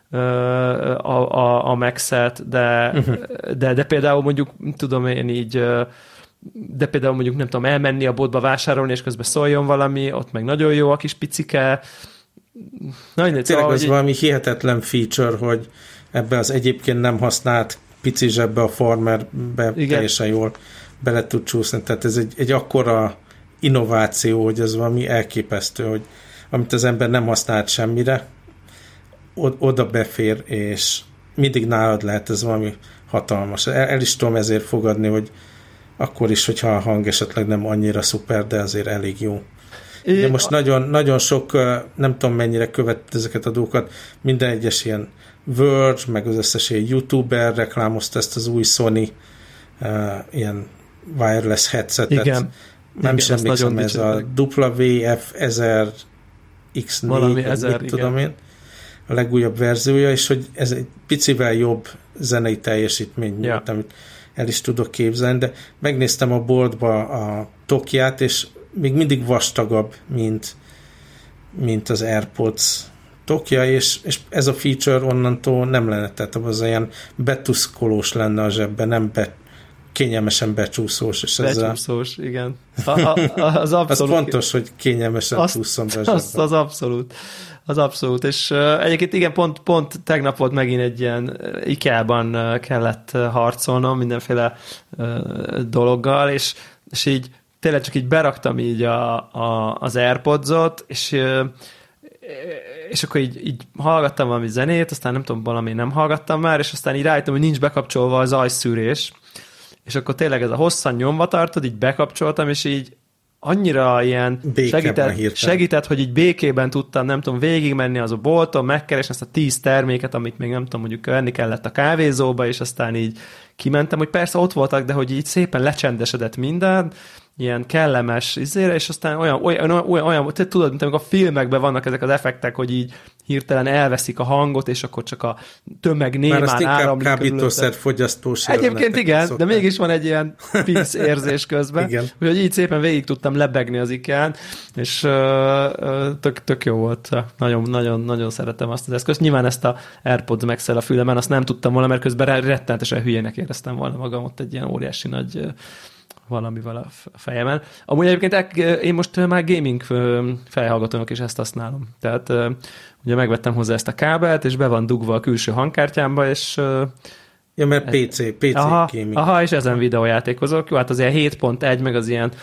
a Max-et, de például mondjuk, tudom én így, de például mondjuk nem tudom, elmenni a boltba vásárolni, és közben szóljon valami, ott meg nagyon jó a kis picike. Tényleg az valami hihetetlen feature, hogy ebbe az egyébként nem használt pici zsebbe a Farmerbe teljesen jól bele tud csúszni. Tehát ez egy akkora innováció, hogy ez valami elképesztő, hogy amit az ember nem használt semmire, oda befér, és mindig nálad lehet, ez valami hatalmas. El is tudom ezért fogadni, hogy akkor is, hogyha a hang esetleg nem annyira szuper, de azért elég jó. De most nagyon, nagyon sok, nem tudom mennyire követett ezeket a dolgokat, minden egyes ilyen Verge, meg az összes ilyen YouTuber reklámozta ezt az új Sony ilyen wireless headsetet. Igen. Nem sem emlékszem, ez a WF-1000 X4, tudom én, a legújabb verziója, és hogy ez egy picivel jobb zenei teljesítmény, amit el is tudok képzelni, de megnéztem a boltba a Tokját, és még mindig vastagabb, mint az AirPods Tokja, és ez a feature onnantól nem lenne, tehát az olyan betuszkolós lenne a zsebben, nem kényelmesen becsúszós. És becsúszós, igen. Az abszolút. Az fontos, hogy kényelmesen csúszom be a zsebben. Az abszolút, és egyébként igen, pont tegnap volt megint egy ilyen IKEA-ban kellett harcolnom mindenféle dologgal, és így tényleg csak így beraktam így az AirPods-ot, és akkor így hallgattam valami zenét, aztán nem tudom, valami nem hallgattam már, és aztán így rájöttem, hogy nincs bekapcsolva a zajszűrés, és akkor tényleg ez a hosszan nyomva tartod, így bekapcsoltam, és így annyira ilyen segített, hogy így békében tudtam, nem tudom, végigmenni az a bolton, megkeresni ezt a 10 terméket, amit még nem tudom, mondjuk venni kellett a kávézóba, és aztán így kimentem, hogy persze ott voltak, de hogy így szépen lecsendesedett minden, ilyen kellemes izére, és aztán olyan tudod, mint amikor a filmekben vannak ezek az effektek, hogy így hirtelen elveszik a hangot, és akkor csak a tömeg némán áramlik. Már azt inkább kábítószer fogyasztós. Egyébként igen, de mégis van egy ilyen peace érzés közben. Igen. Úgyhogy így szépen végig tudtam lebegni az IKEA-n, és tök jó volt. Nagyon szeretem azt az eszközt. Nyilván ezt a AirPods Max-el a fülemen, azt nem tudtam volna, mert közben rettenetesen hülyének éreztem volna magam, ott egy ilyen óriási nagy valamivel a fejemen. Amúgy egyébként én most már gaming fejhallgatónak is ezt használom. Tehát ugye megvettem hozzá ezt a kábelt, és be van dugva a külső hangkártyámba, és... Ja, mert PC gaming. Aha, és ezen videójátékozok. Jó, hát az ilyen 7.1, meg az ilyen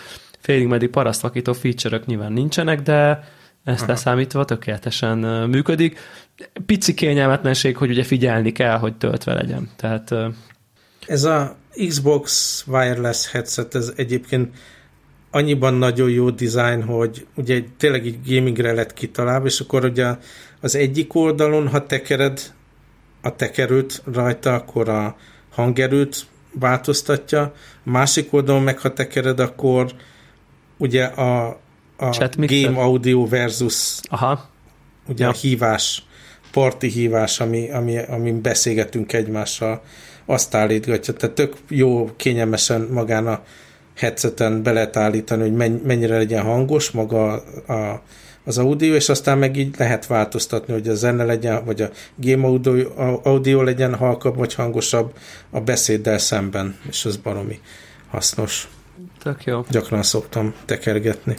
félig meddig parasztvakító feature-ök nyilván nincsenek, de ezt leszámítva tökéletesen működik. Pici kényelmetlenség, hogy ugye figyelni kell, hogy töltve legyen. Tehát, ez a Xbox Wireless headset, ez egyébként annyiban nagyon jó design, hogy ugye tényleg így gamingre lett kitalálva, és akkor ugye az egyik oldalon, ha tekered a tekerőt rajta, akkor a hangerőt változtatja, a másik oldalon meg, ha tekered, akkor ugye a game audio versus ugye a hívás, parti hívás, amin beszélgetünk egymással, azt állítgatja. Tehát tök jó, kényelmesen magán a headseten be lehet állítani, hogy mennyire legyen hangos maga az audio, és aztán meg így lehet változtatni, hogy a zene legyen, vagy a game audio legyen halkabb, vagy hangosabb a beszéddel szemben, és ez baromi hasznos. Tök jó. Gyakran szoktam tekergetni.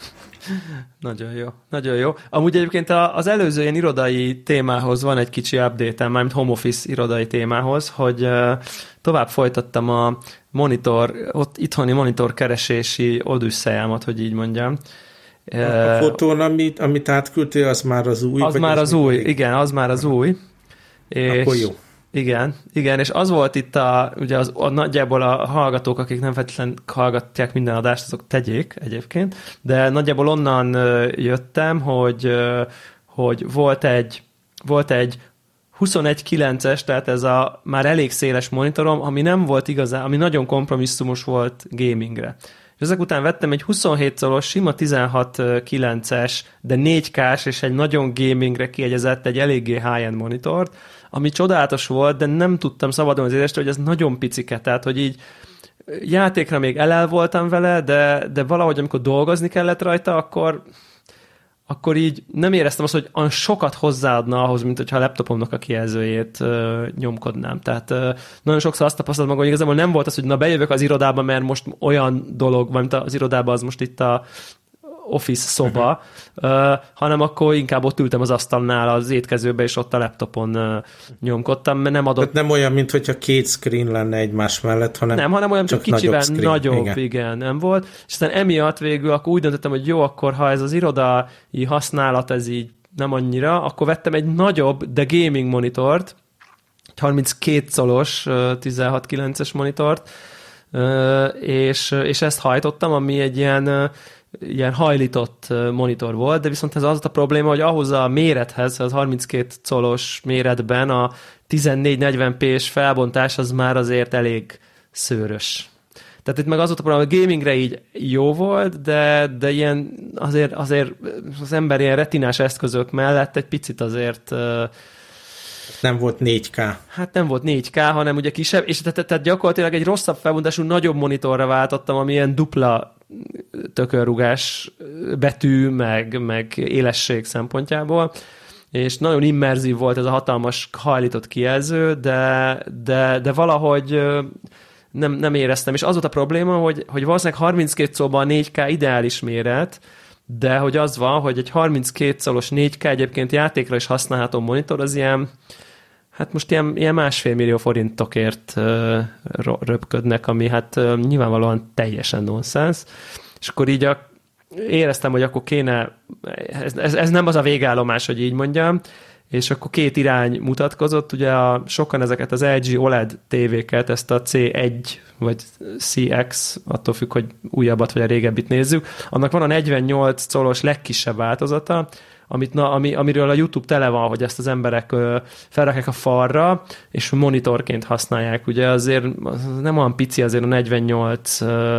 Nagyon jó, nagyon jó. Amúgy egyébként az előző ilyen irodai témához van egy kicsi update-em, mármint home office irodai témához, hogy tovább folytattam a itthoni monitor keresési odüsszejámat, hogy így mondjam. A fotón, amit átküldtél, az már az új? Az már az új, igen, az már az új. És akkor jó. Igen, és az volt itt ugye nagyjából a hallgatók, akik nem feltétlenül hallgatják minden adást, azok tegyék egyébként, de nagyjából onnan jöttem, hogy volt egy 21.9-es, tehát ez a már elég széles monitorom, ami nem volt igazán, ami nagyon kompromisszumos volt gamingre. És ezek után vettem egy 27 colos, sima 16.9-es, de 4K-s és egy nagyon gamingre kiegyezett, egy eléggé high-end monitort, ami csodálatos volt, de nem tudtam szabadon az érzést, hogy ez nagyon picike, tehát hogy így játékra még el voltam vele, de valahogy amikor dolgozni kellett rajta, akkor így nem éreztem azt, hogy sokat hozzáadna ahhoz, mint hogyha a laptopomnak a kijelzőjét nyomkodnám. Tehát nagyon sokszor azt tapasztaltam magam, hogy igazából nem volt az, hogy na bejövök az irodába, mert most olyan dolog, mint az irodában az most itt a office szoba, hanem akkor inkább ott ültem az asztalnál az étkezőbe, és ott a laptopon nyomkodtam, mert nem adott... Tehát nem olyan, mint hogyha két screen lenne egymás mellett, hanem olyan, csak kicsivel nagyobb, igen, nem volt. És aztán emiatt végül akkor úgy döntöttem, hogy jó, akkor ha ez az irodai használat, ez így nem annyira, akkor vettem egy nagyobb, de gaming monitort, egy 32 colos 16.9-es monitort, és ezt hajtottam, ami egy ilyen hajlított monitor volt, de viszont ez az a probléma, hogy ahhoz a mérethez, az 32 colos méretben a 1440p-s felbontás az már azért elég szőrös. Tehát itt meg az volt a probléma, hogy gamingre így jó volt, de ilyen azért az ember ilyen retinás eszközök mellett egy picit azért... Nem volt 4K. Hát nem volt 4K, hanem ugye kisebb, és tehát gyakorlatilag egy rosszabb felbontású nagyobb monitorra váltottam, ami ilyen dupla tökörrugás betű, meg élesség szempontjából, és nagyon immerzív volt ez a hatalmas hajlított kijelző, de valahogy nem éreztem, és az volt a probléma, hogy valószínűleg 32 szóban a 4K ideális méret, de hogy az van, hogy egy 32 szolos 4K egyébként játékra is használható monitor, az ilyen, hát most ilyen 1,5 millió forintokért röpködnek, ami hát nyilvánvalóan teljesen nonsens. És akkor így éreztem, hogy akkor kéne, ez nem az a végállomás, hogy így mondjam, és akkor két irány mutatkozott, ugye sokan ezeket az LG OLED tévéket, ezt a C1 vagy CX, attól függ, hogy újabbat vagy a régebbit nézzük, annak van a 48 colos legkisebb változata, amiről a YouTube tele van, hogy ezt az emberek felrakják a falra, és monitorként használják. Ugye azért nem olyan pici azért a 48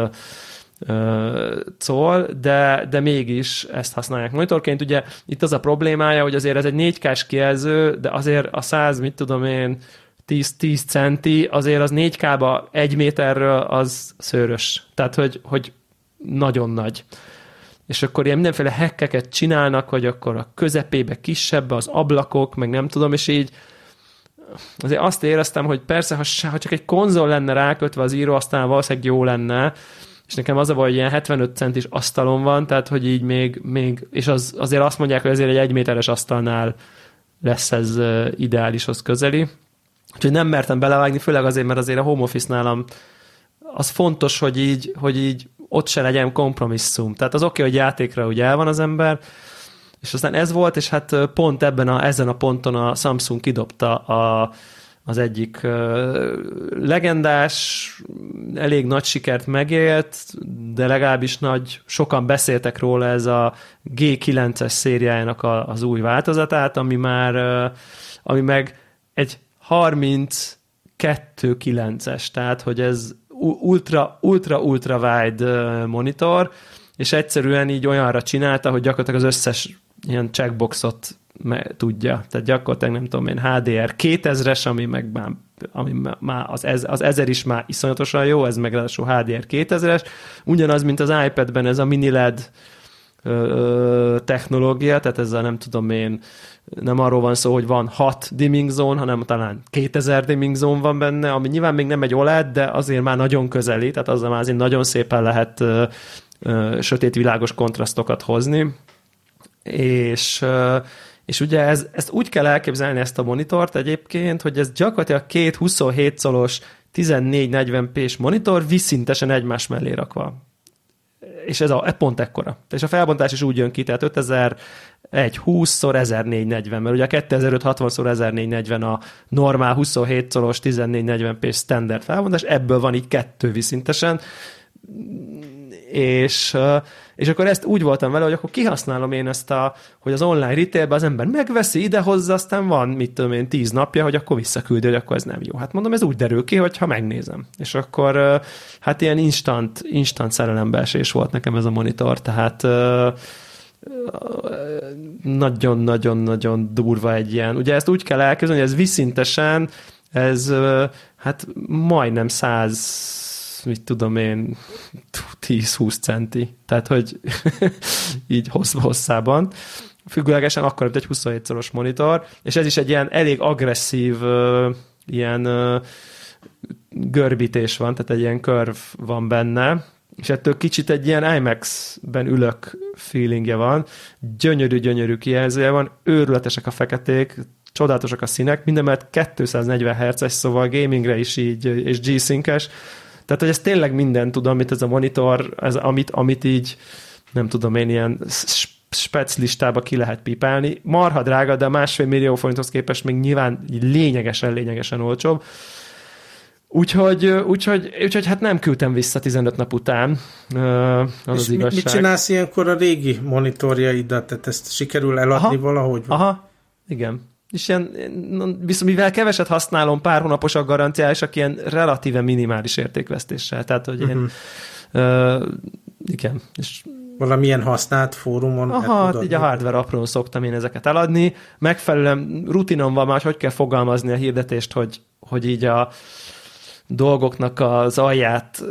col, de mégis ezt használják monitorként. Ugye itt az a problémája, hogy azért ez egy 4K-s kijelző, de azért a 100, 10 centi, azért az 4K-ba 1 méterről az szőrös. Tehát, hogy nagyon nagy. És akkor ilyen mindenféle hackeket csinálnak, hogy akkor a közepébe kisebb az ablakok, meg nem tudom, és így azért azt éreztem, hogy persze, ha csak egy konzol lenne rákötve az íróasztalán, valószínűleg jó lenne, és nekem az a baj, hogy ilyen 75 centis asztalon van, tehát hogy így még és azért azt mondják, hogy azért egy 1 méteres asztalnál lesz ez ideálishoz közeli. Úgyhogy nem mertem belevágni, főleg azért, mert azért a home office nálam az fontos, hogy így ott se legyen kompromisszum. Tehát az oké, hogy játékra ugye el van az ember, és aztán ez volt, és hát pont ezen a ponton a Samsung kidobta az egyik legendás, elég nagy sikert megélt, de legalábbis sokan beszéltek róla, ez a G9-es szériájának az új változatát, ami meg egy 32.9-es, tehát hogy ez ultra wide monitor, és egyszerűen így olyanra csinálta, hogy gyakorlatilag az összes ilyen checkboxot tudja. Tehát gyakorlatilag nem tudom én, HDR 2000-es, ami már az 1000 is már iszonyatosan jó, ez meg ráadásul HDR 2000-es. Ugyanaz, mint az iPad-ben ez a mini LED technológia, tehát ez a nem tudom én, nem arról van szó, hogy van 6 dimming zone, hanem talán 2000 dimming zone van benne, ami nyilván még nem egy OLED, de azért már nagyon közeli, tehát azzal már azért nagyon szépen lehet sötét-világos kontrasztokat hozni. És ugye ezt úgy kell elképzelni, ezt a monitort egyébként, hogy ez gyakorlatilag két 27 colos 1440p-s monitor viszintesen egymás mellé rakva. És ez pont ekkora. És a felbontás is úgy jön ki, tehát 5120x1440, mert ugye a 2560x1440 a normál 27 colos 1440p standard felbontás, ebből van így 2 viszintesen, és akkor ezt úgy voltam vele, hogy akkor kihasználom én ezt hogy az online retailben az ember megveszi, idehozza, aztán van, mit tudom én, 10 napja, hogy akkor visszaküldi, hogy akkor ez nem jó. Hát mondom, ez úgy derül ki, hogyha megnézem. És akkor hát ilyen instant szerelembeesés volt nekem ez a monitor, tehát nagyon-nagyon-nagyon durva egy ilyen. Ugye ezt úgy kell elképzelni, hogy ez viszintesen, ez hát majdnem 100 mit tudom én, 10-20 centi. Tehát, hogy így hosszában. Függőlegesen akkor, mint egy 27 szoros monitor, és ez is egy ilyen elég agresszív ilyen görbítés van, tehát egy ilyen curve van benne, és ettől kicsit egy ilyen IMAX-ben ülök feelingje van, gyönyörű kijelzője van, őrületesek a feketék, csodálatosak a színek, minden mellett 240 Hz-es, szóval gamingre is így, és G-Sync-es. Tehát, hogy ez tényleg minden tud, amit ez a monitor, amit így, nem tudom én, ilyen spec listába ki lehet pipálni. Marha drága, de 1,5 millió forinthoz képest még nyilván lényegesen olcsóbb. Úgyhogy hát nem küldtem vissza 15 nap után. Az igazság. Mit csinálsz ilyenkor a régi monitorjaidat? Tehát ezt sikerül eladni valahogy? Aha, igen. És ilyen, viszont mivel keveset használom, pár hónapos a garanciálisak, ilyen relatíve minimális értékvesztéssel. Tehát, hogy én igen. És valamilyen használt fórumon? Így a hardware aprón szoktam én ezeket eladni. Megfelelően rutinom van már, hogy kell fogalmazni a hirdetést, hogy így a dolgoknak az alját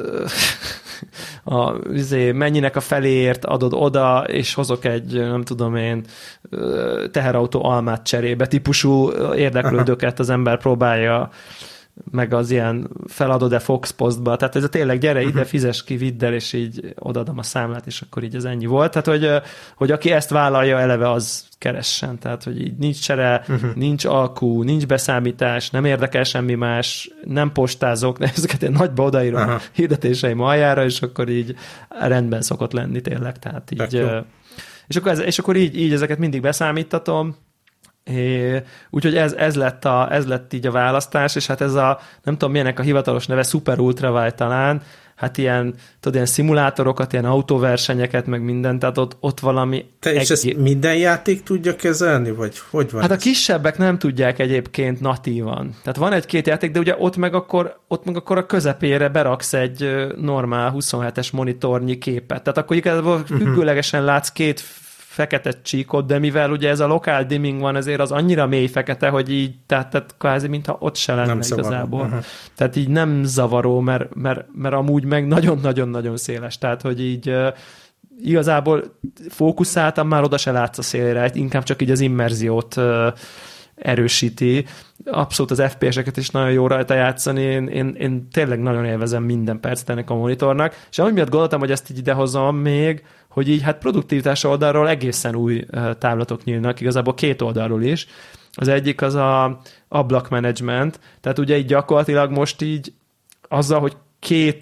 mennyinek a feléért adod oda, és hozok egy, nem tudom én, teherautó almát cserébe típusú érdeklődőket az ember próbálja meg az ilyen feladod-e Fox Postba, tehát ez a tényleg gyere ide, fizes ki, vidd el, és így odaadom a számlát, és akkor így ez ennyi volt. Tehát, hogy aki ezt vállalja eleve, az keressen. Tehát, hogy így nincs csere, nincs alkú, nincs beszámítás, nem érdekel semmi más, nem postázok, ezeket én nagyba odaírom a hirdetéseim aljára, és akkor így rendben szokott lenni tényleg. Tehát így, és akkor így ezeket mindig beszámítatom. Úgyhogy ez lett így a választás, és hát ez nem tudom milyenek a hivatalos neve, Super Ultrawide talán, hát ilyen szimulátorokat, ilyen autóversenyeket, meg mindent, tehát ott valami... És ezt minden játék tudja kezelni, vagy hogy van? Hát a kisebbek nem tudják egyébként natívan. Tehát van egy-két játék, de ugye ott meg akkor a közepére beraksz egy normál 27-es monitornyi képet. Tehát akkor igazából függőlegesen látsz két fekete csíkot, de mivel ugye ez a lokál dimming van, ezért az annyira mély fekete, hogy így, tehát kvázi, mintha ott se lenne igazából. Tehát így nem zavaró, mert amúgy meg nagyon-nagyon-nagyon széles. Tehát, hogy így igazából fókuszáltam, már oda se látsz a szélére, inkább csak így az immerziót erősíti. Abszolút az FPS-eket is nagyon jó rajta játszani. Én tényleg nagyon élvezem minden percet ennek a monitornak, és ami miatt gondoltam, hogy ezt így idehozom még, hogy így hát produktivitás oldalról egészen új távlatok nyílnak, igazából két oldalról is. Az egyik az a ablakmenedzsment, tehát ugye így gyakorlatilag most így azzal, hogy két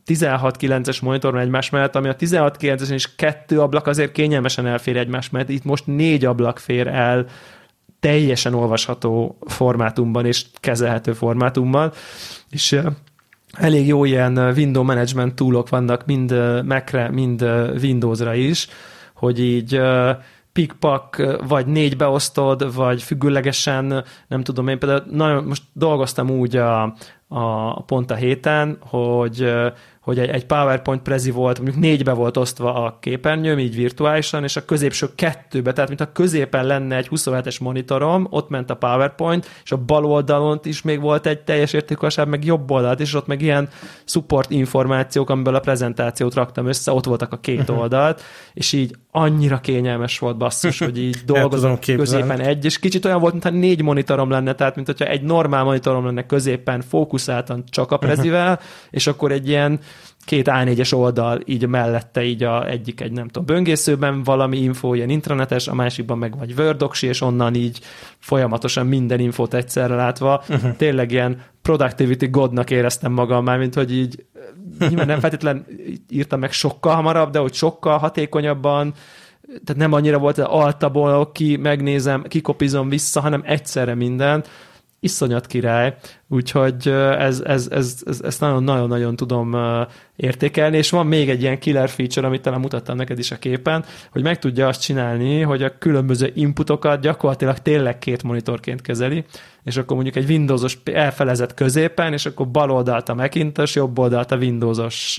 16:9-es monitoron egymás mellett, ami a 16:9-esen is 2 ablak azért kényelmesen elfér egymás mellett, itt most 4 ablak fér el teljesen olvasható formátumban és kezelhető formátumban, és elég jó ilyen window management toolok vannak mind Mac-re, mind Windowsra is, hogy így pikpak, vagy 4 beosztod, vagy függőlegesen, nem tudom, én például nagyon most dolgoztam úgy pont a héten, hogy egy PowerPoint prezi volt, mondjuk 4-be volt osztva a képernyőm, így virtuálisan, és a középső 2-be, tehát mint a középen lenne egy 27-es monitorom, ott ment a PowerPoint, és a bal oldalon is még volt egy teljes értékosság, meg jobb oldalt, és ott meg ilyen support információk, amiből a prezentációt raktam össze, ott voltak a 2 oldalt, és így annyira kényelmes volt, basszus, hogy így dolgozom középen egy, és kicsit olyan volt, mintha 4 monitorom lenne, tehát mint hogyha egy normál monitorom lenne középen, fókuszáltan csak a prezivel, és akkor egy ilyen 2 A4-es oldal így mellette, így egyik egy nem tudom, böngészőben valami info, ilyen intranetes, a másikban meg vagy Word doksi, és onnan így folyamatosan minden infót egyszerre látva. Tényleg ilyen productivity godnak éreztem magam már, mint hogy így nyilván nem feltétlen írtam meg sokkal hamarabb, de hogy sokkal hatékonyabban, tehát nem annyira volt, hogy altaból megnézem, kikopizom vissza, hanem egyszerre minden. Iszonyat király, úgyhogy ezt nagyon-nagyon tudom értékelni, és van még egy ilyen killer feature, amit talán mutattam neked is a képen, hogy meg tudja azt csinálni, hogy a különböző inputokat gyakorlatilag tényleg 2 monitorként kezeli, és akkor mondjuk egy Windowsos elfelezett középen, és akkor bal oldalt a Macintosh, jobb oldalt a Windowsos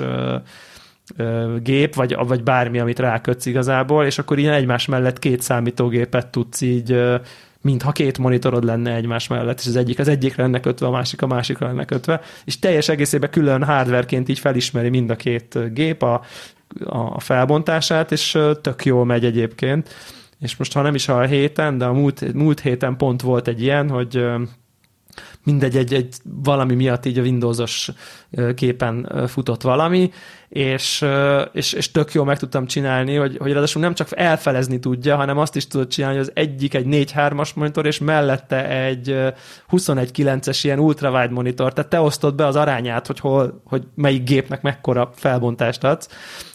gép, vagy bármi, amit rákötsz igazából, és akkor ilyen egymás mellett 2 számítógépet tudsz így mintha 2 monitorod lenne egymás mellett, és az egyikre lenne kötve, a másikra lenne kötve, és teljes egészében külön hardwareként így felismeri mind a 2 gép a felbontását, és tök jól megy egyébként. És most, ha nem is a héten, de a múlt héten pont volt egy ilyen, hogy mindegy, egy valami miatt így a Windowsos képen futott valami, és tök jól meg tudtam csinálni, hogy ráadásul nem csak elfelezni tudja, hanem azt is tudod csinálni, hogy az egyik egy 4:3-as monitor, és mellette egy 21:9-es ilyen ultrawide monitor, tehát te osztod be az arányát, hogy melyik gépnek mekkora felbontást adsz,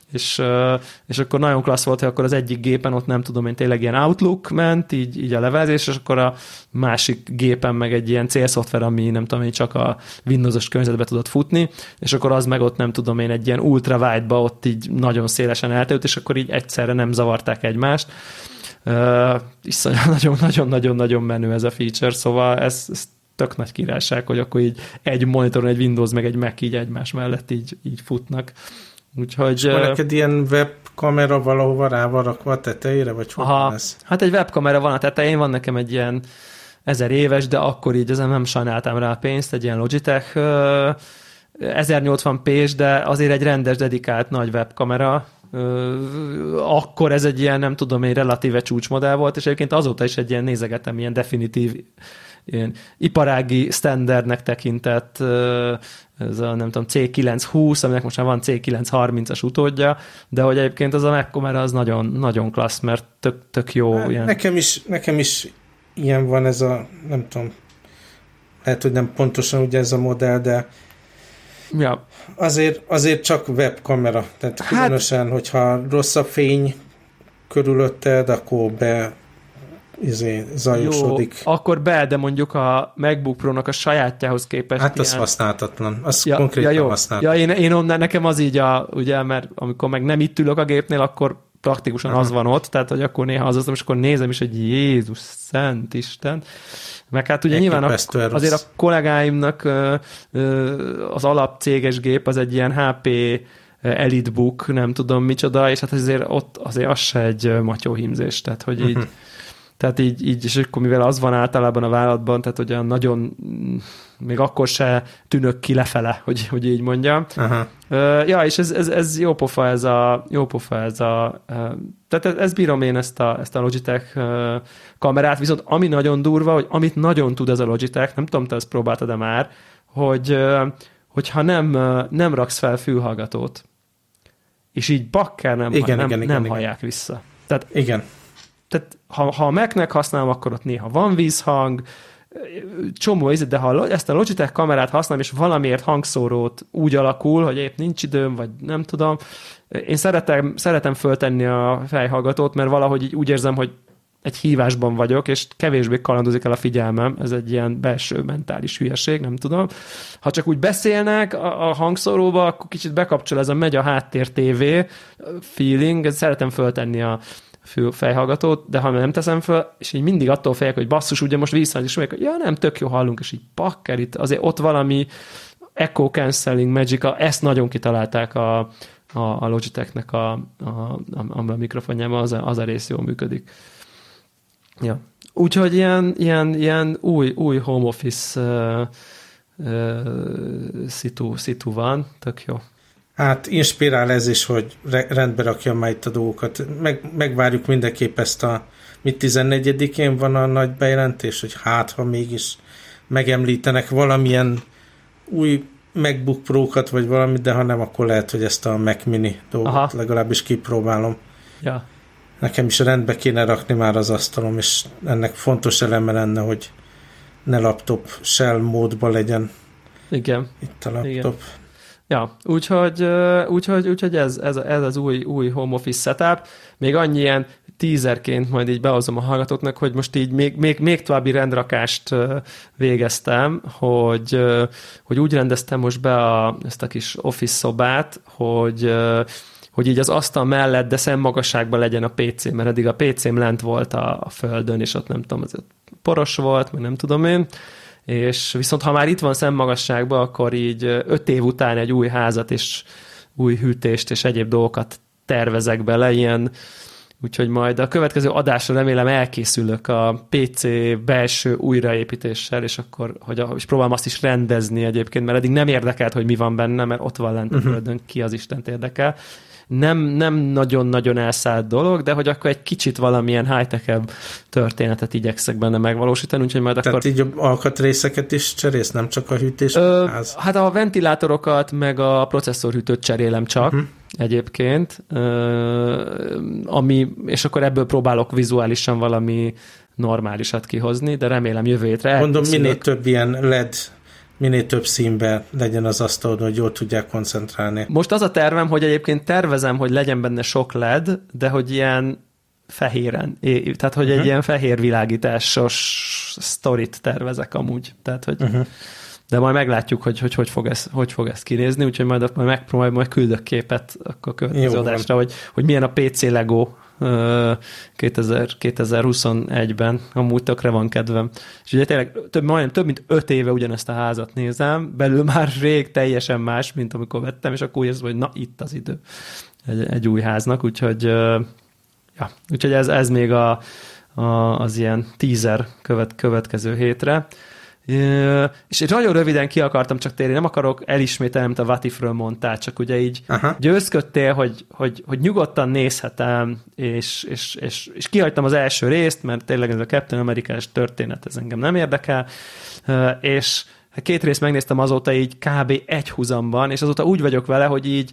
és akkor nagyon klassz volt, hogy akkor az egyik gépen ott nem tudom én tényleg ilyen Outlook ment, így a levelezés, és akkor a másik gépen meg egy ilyen célszoftver, ami nem tudom én csak a Windowsos környezetbe tudott futni, és akkor az meg ott nem tudom én egy ilyen ultrawide-ba ott így nagyon szélesen eltelt, és akkor így egyszerre nem zavarták egymást. Nagyon-nagyon menő ez a feature, szóval ez tök nagy királyság, hogy akkor így egy monitoron, egy Windows meg egy Mac így egymás mellett így futnak. Úgyhogy... És neked ilyen webkamera valahova rá van rakva a tetejére, vagy hogyan ez? Hát egy webkamera van a tetején, van nekem egy ilyen 1000 éves, de akkor így ezen nem sajnáltam rá a pénzt, egy ilyen Logitech 1080p-s, de azért egy rendes, dedikált nagy webkamera. Akkor ez egy ilyen, nem tudom, egy relatíve csúcsmodell volt, és egyébként azóta is egy ilyen nézegetem, ilyen definitív, ilyen iparági standardnek tekintett ez a nem tudom, C920, aminek most már van C930-as utódja, de hogy egyébként az a Mac kamera az nagyon, nagyon klassz, mert tök jó. Ilyen. Nekem is ilyen van ez a, nem tudom, lehet, hogy nem pontosan ugye ez a modell, de ja. Azért csak webkamera. Tehát különösen, hogyha rossz a fény körülötted, akkor zajosodik. Jó, akkor de mondjuk a MacBook Pro-nak a sajátjához képest hát az használhatatlan. Az konkrétan használhatatlan. Ja, én onnan nekem az így ugye, mert amikor meg nem itt ülök a gépnél, akkor praktikusan az van ott, tehát hogy akkor néha azoztam, és akkor nézem is, hogy Jézus, Szent Isten. Meg hát ugye nyilván azért a kollégáimnak az alapcéges gép az egy ilyen HP EliteBook, nem tudom micsoda, és hát azért ott azért az se egy matyóhímzés, tehát hogy így tehát így, és akkor mivel az van általában a vállalatban, tehát olyan nagyon, még akkor se tűnök ki lefele, hogy így mondjam. Ja, és ez jó pofa ez a tehát ez bírom én ezt a Logitech kamerát, viszont ami nagyon durva, hogy amit nagyon tud ez a Logitech, nem tudom, te ezt próbáltad-e már, hogyha nem raksz fel fülhallgatót, és így bakker nem hallják vissza. Tehát, igen. Tehát ha a Mac-nek használom, akkor ott néha van vízhang, csomó, de ha ezt a Logitech kamerát használom, és valamiért hangszórót úgy alakul, hogy épp nincs időm, vagy nem tudom, én szeretem föltenni a fejhallgatót, mert valahogy így úgy érzem, hogy egy hívásban vagyok, és kevésbé kalandozik el a figyelmem, ez egy ilyen belső mentális hülyeség, nem tudom. Ha csak úgy beszélnek a hangszóróba, akkor kicsit bekapcsol, ez a megy a háttér TV feeling, szeretem föltenni a fejhallgatót, de ha nem teszem föl, és így mindig attól félek, hogy basszus, ugye most vissza, és mondjuk, hogy ja nem, tök jó hallunk, és így pakker, itt azért ott valami echo cancelling magic, ezt nagyon kitalálták a Logitechnek a mikrofonjában, az a rész jól működik. Ja. Úgyhogy ilyen új home office szitu van, tök jó. Hát inspirál ez is, hogy rendbe rakjam már itt a dolgokat. Megvárjuk mindenképp ezt 14-én van a nagy bejelentés, hogy ha mégis megemlítenek valamilyen új MacBook Pro-kat, vagy valamit, de ha nem, akkor lehet, hogy ezt a Mac Mini dolgot legalábbis kipróbálom. Ja. Nekem is rendbe kéne rakni már az asztalom, és ennek fontos eleme lenne, hogy ne laptop shell módban legyen. Igen. Itt a laptop. Igen. Ja, úgyhogy ez az új home office setup. Még annyi ilyen teaserként majd így behozom a hallgatóknak, hogy most így még további rendrakást végeztem, hogy úgy rendeztem most be ezt a kis office szobát, hogy így az asztal mellett, de szemmagasságban legyen a PC, mert eddig a PC-m lent volt a földön, és ott nem tudom, az poros volt, meg nem tudom én, és viszont ha már itt van szemmagasságban, akkor így 5 év után egy új házat, és új hűtést, és egyéb dolgokat tervezek bele, ilyen, úgyhogy majd a következő adásra remélem elkészülök a PC belső újraépítéssel, és akkor és próbálom azt is rendezni egyébként, mert eddig nem érdekelt, hogy mi van benne, mert ott van lent a földön, ki az Istent érdekel. Nem nagyon-nagyon elszállt dolog, de hogy akkor egy kicsit valamilyen high-tech-ebb történetet igyekszek benne megvalósítani, úgyhogy majd tehát akkor... így alkatrészeket is cserélsz, nem csak a hűtés? Hát a ventilátorokat, meg a processzorhűtőt cserélem csak egyébként, és akkor ebből próbálok vizuálisan valami normálisat kihozni, de remélem jövő hétre mondom, minél több ilyen LED, minél több színben legyen az asztalon, hogy jól tudják koncentrálni. Most az a tervem, hogy egyébként tervezem, hogy legyen benne sok LED, de hogy ilyen fehéren, tehát hogy egy ilyen fehér világításos sztorit tervezek amúgy. Tehát, hogy de majd meglátjuk, hogy fog ez kinézni, úgyhogy majd megpróbálom, majd küldök képet akkor következő adásra, hogy milyen a PC Lego 2021-ben, amúgy tökre van kedvem. És ugye tényleg több mint 5 éve ugyanezt a házat nézem, belül már rég teljesen más, mint amikor vettem, és akkor úgy érzem, hogy na, itt az idő egy új háznak, úgyhogy úgyhogy ez még az ilyen teaser következő hétre. És nagyon röviden ki akartam csak térni, nem akarok elismételni, amit a What If-ről mondtál, csak ugye így győzködtél, hogy nyugodtan nézhetem, és kihagytam az első részt, mert tényleg ez a Captain America-s történet, ez engem nem érdekel, és 2 részt megnéztem azóta így kb. Egy húzamban, és azóta úgy vagyok vele, hogy így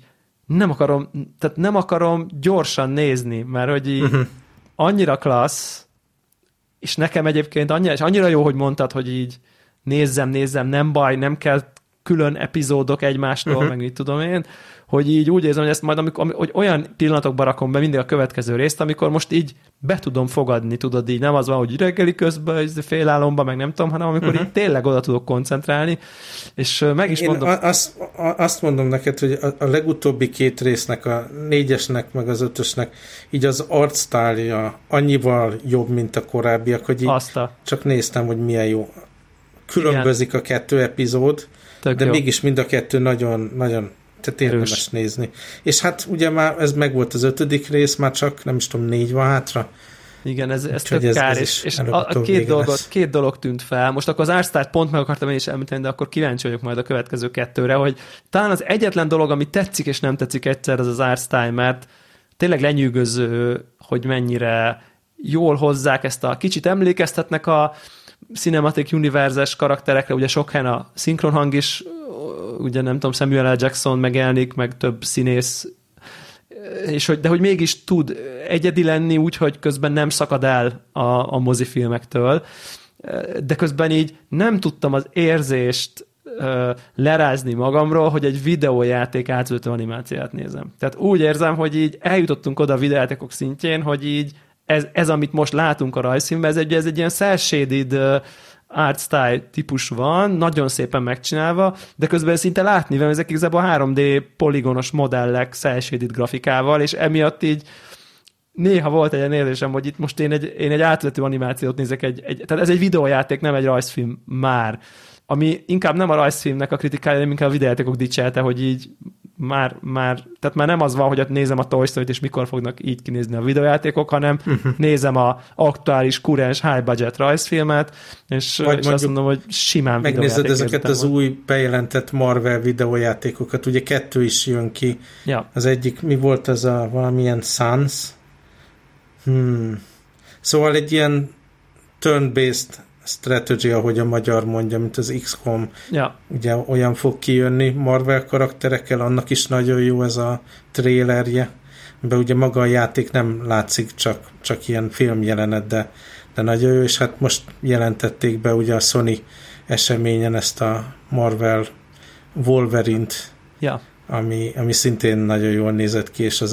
nem akarom gyorsan nézni, mert hogy így annyira klassz, és nekem egyébként annyira jó, hogy mondtad, hogy így nézzem, nem baj, nem kell külön epizódok egymástól, meg mit tudom én, hogy így úgy érzem, hogy ezt majd hogy olyan pillanatokban rakom be mindig a következő részt, amikor most így be tudom fogadni, tudod, így nem az van, hogy reggeli közben, félálomban, meg nem tudom, hanem amikor így tényleg oda tudok koncentrálni, és meg is mondom... Azt mondom neked, hogy a legutóbbi 2 résznek, a 4-esnek, meg az 5-ösnek, így az arcstyle-ja annyival jobb, mint a korábbiak, hogy így csak néztem, hogy milyen jó. Különbözik a 2 epizód, de jó. Mégis mind a 2 nagyon, nagyon, tehát érdemes nézni. És hát ugye már ez megvolt az 5. rész, már csak nem is tudom, 4 van hátra. Igen, ez tök kár, és a két dolog tűnt fel. Most akkor az Artstyle-t pont meg akartam én is említeni, de akkor kíváncsi vagyok majd a következő 2-re, hogy talán az egyetlen dolog, ami tetszik és nem tetszik egyszer, az Artstyle, mert tényleg lenyűgöző, hogy mennyire jól hozzák ezt a kicsit emlékeztetnek a Cinematic Universe-es karakterekre, ugye sok helyen a szinkronhang is, ugye nem tudom, Samuel L. Jackson megjelenik, meg több színész, de hogy mégis tud egyedi lenni úgy, hogy közben nem szakad el a mozifilmektől, de közben így nem tudtam az érzést lerázni magamról, hogy egy videójáték átvezető animációt nézem. Tehát úgy érzem, hogy így eljutottunk oda a videójátékok szintjén, hogy így ez amit most látunk a rajzfilmben, ez egy ilyen cel-shaded art style típus van, nagyon szépen megcsinálva, de közben szinte látni van, ezek igazából 3D poligonos modellek cel-shaded grafikával, és emiatt így néha volt egy érzésem, hogy itt most én egy átvezető animációt nézek, tehát ez egy videójáték, nem egy rajzfilm már, ami inkább nem a rajzfilmnek a kritikája, hanem inkább a videójátékok dicsérelte, hogy így tehát már nem az van, hogy nézem a Toy Story-t, és mikor fognak így kinézni a videójátékok, hanem nézem a aktuális, kurens, high budget rajzfilmet, és azt mondom, hogy simán megnézed ezeket az új bejelentett Marvel videójátékokat, ugye 2 is jön ki. Ja. Az egyik, mi volt az a valamilyen Sans? Szóval egy ilyen turn-based strategy, ahogy a magyar mondja, mint az XCOM. Ja. Ugye olyan fog kijönni Marvel karakterekkel, annak is nagyon jó ez a trailerje. Be ugye maga a játék nem látszik, csak ilyen filmjelenet, de nagyon jó, és hát most jelentették be ugye a Sony eseményen ezt a Marvel Wolverine-t, ja. ami szintén nagyon jól nézett ki, és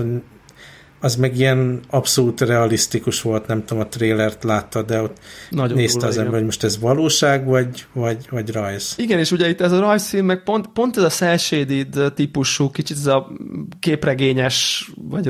az meg ilyen abszolút realisztikus volt, nem tudom, a trailert látta, de ott nagyon nézte durva, az ember, hogy most ez valóság, vagy rajz. Igen, és ugye itt ez a rajzfilm, meg pont ez a cel-shaded típusú, kicsit ez a képregényes, vagy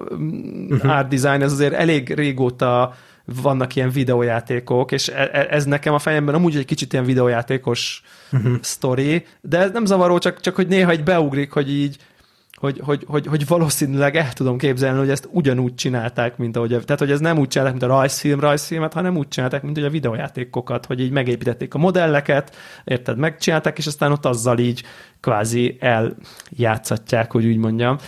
art design, ez azért elég régóta vannak ilyen videójátékok, és ez nekem a fejemben amúgy egy kicsit ilyen videójátékos sztori, de ez nem zavaró, csak hogy néha egy beugrik, hogy így hogy valószínűleg el tudom képzelni, hogy ezt ugyanúgy csinálták, mint ahogy, tehát hogy ez nem úgy csinálták, mint a rajzfilmet, hanem úgy csinálták, mint hogy a videójátékokat, hogy így megépítették a modelleket, érted, megcsinálták, és aztán ott azzal így kvázi eljátszatják, hogy úgy mondjam.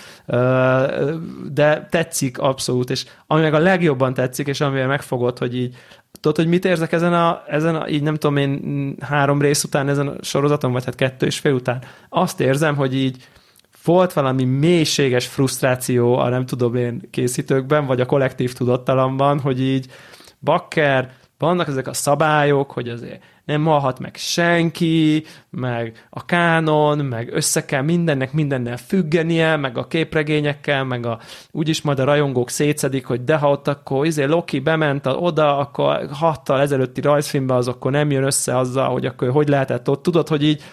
De tetszik abszolút, és ami meg a legjobban tetszik, és amivel megfogod, hogy így tudod, hogy mit érzek ezen a így nem tudom én 3 rész után ezen a sorozaton, vagy hát 2,5 után. Azt érzem, hogy így volt valami mélységes frusztráció a nem tudom én készítőkben, vagy a kollektív tudattalamban, hogy így bakker, vannak ezek a szabályok, hogy azért nem halhat meg senki, meg a kánon, meg össze kell mindennel függenie, meg a képregényekkel, meg úgyis majd a rajongók szétszedik, hogy de ha ott akkor Loki bement oda, akkor 6-tal ezelőtti rajzfilmben az akkor nem jön össze azzal, hogy akkor hogy lehetett ott. Tudod, hogy így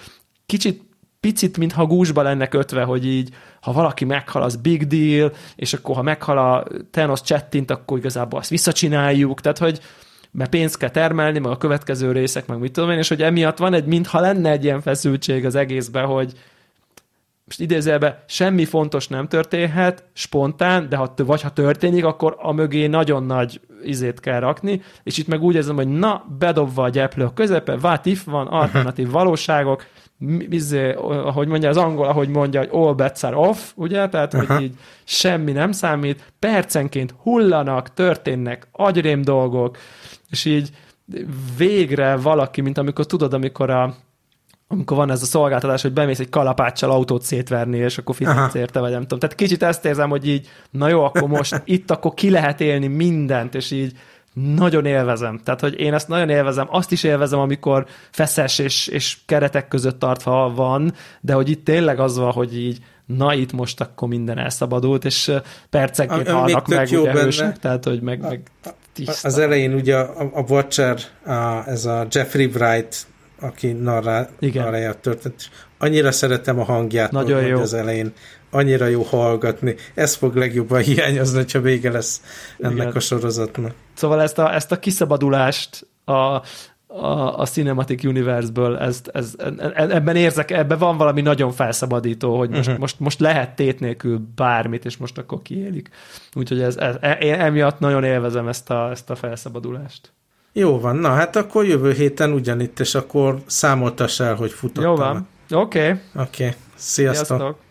picit, mintha gúzsba lenne kötve, hogy így, ha valaki meghal, az big deal, és akkor, ha meghal a Thanos csettint, akkor igazából azt visszacsináljuk, tehát, hogy mert pénzt kell termelni, meg a következő részek, meg mit tudom én, és hogy emiatt van mintha lenne egy ilyen feszültség az egészben, hogy most idézőjelben semmi fontos nem történhet, spontán, de ha történik, akkor a mögé nagyon nagy izét kell rakni, és itt meg úgy érzem, hogy bedobva a gyeplő a közepe, what if van, alternatív valóságok, ahogy mondja az angol, ahogy mondja, hogy all bets are off, ugye, tehát, hogy így semmi nem számít, percenként hullanak, történnek agyrém dolgok, és így végre valaki, mint amikor tudod, amikor van ez a szolgáltatás, hogy bemész egy kalapáccsal autót szétverni, és akkor fizetsz érte, vagy nem tudom. Tehát kicsit ezt érzem, hogy így, na jó, akkor most itt akkor ki lehet élni mindent, és így nagyon élvezem. Tehát, hogy én ezt nagyon élvezem. Azt is élvezem, amikor feszes és keretek között tartva van, de hogy itt tényleg az van, hogy így na itt most akkor minden elszabadult, és percenként halnak meg ugye hősök, tehát, hogy meg tiszta. Az elején ugye a Watcher, ez a Jeffrey Wright, aki narrálja a történet. Annyira szeretem a hangját, nagyon jó. Az elején. Annyira jó hallgatni. Ez fog legjobban hiányozni, hogyha vége lesz ennek a sorozatnak. Szóval ezt a kiszabadulást a Cinematic Universe-ből, ebben érzek, ebben van valami nagyon felszabadító, hogy most lehet tét nélkül bármit, és most akkor kiélik. Úgyhogy én emiatt nagyon élvezem ezt a felszabadulást. Jó van, na hát akkor jövő héten ugyanitt, és akkor számoltass el, hogy futottam. Jó van, oké. Sziasztok.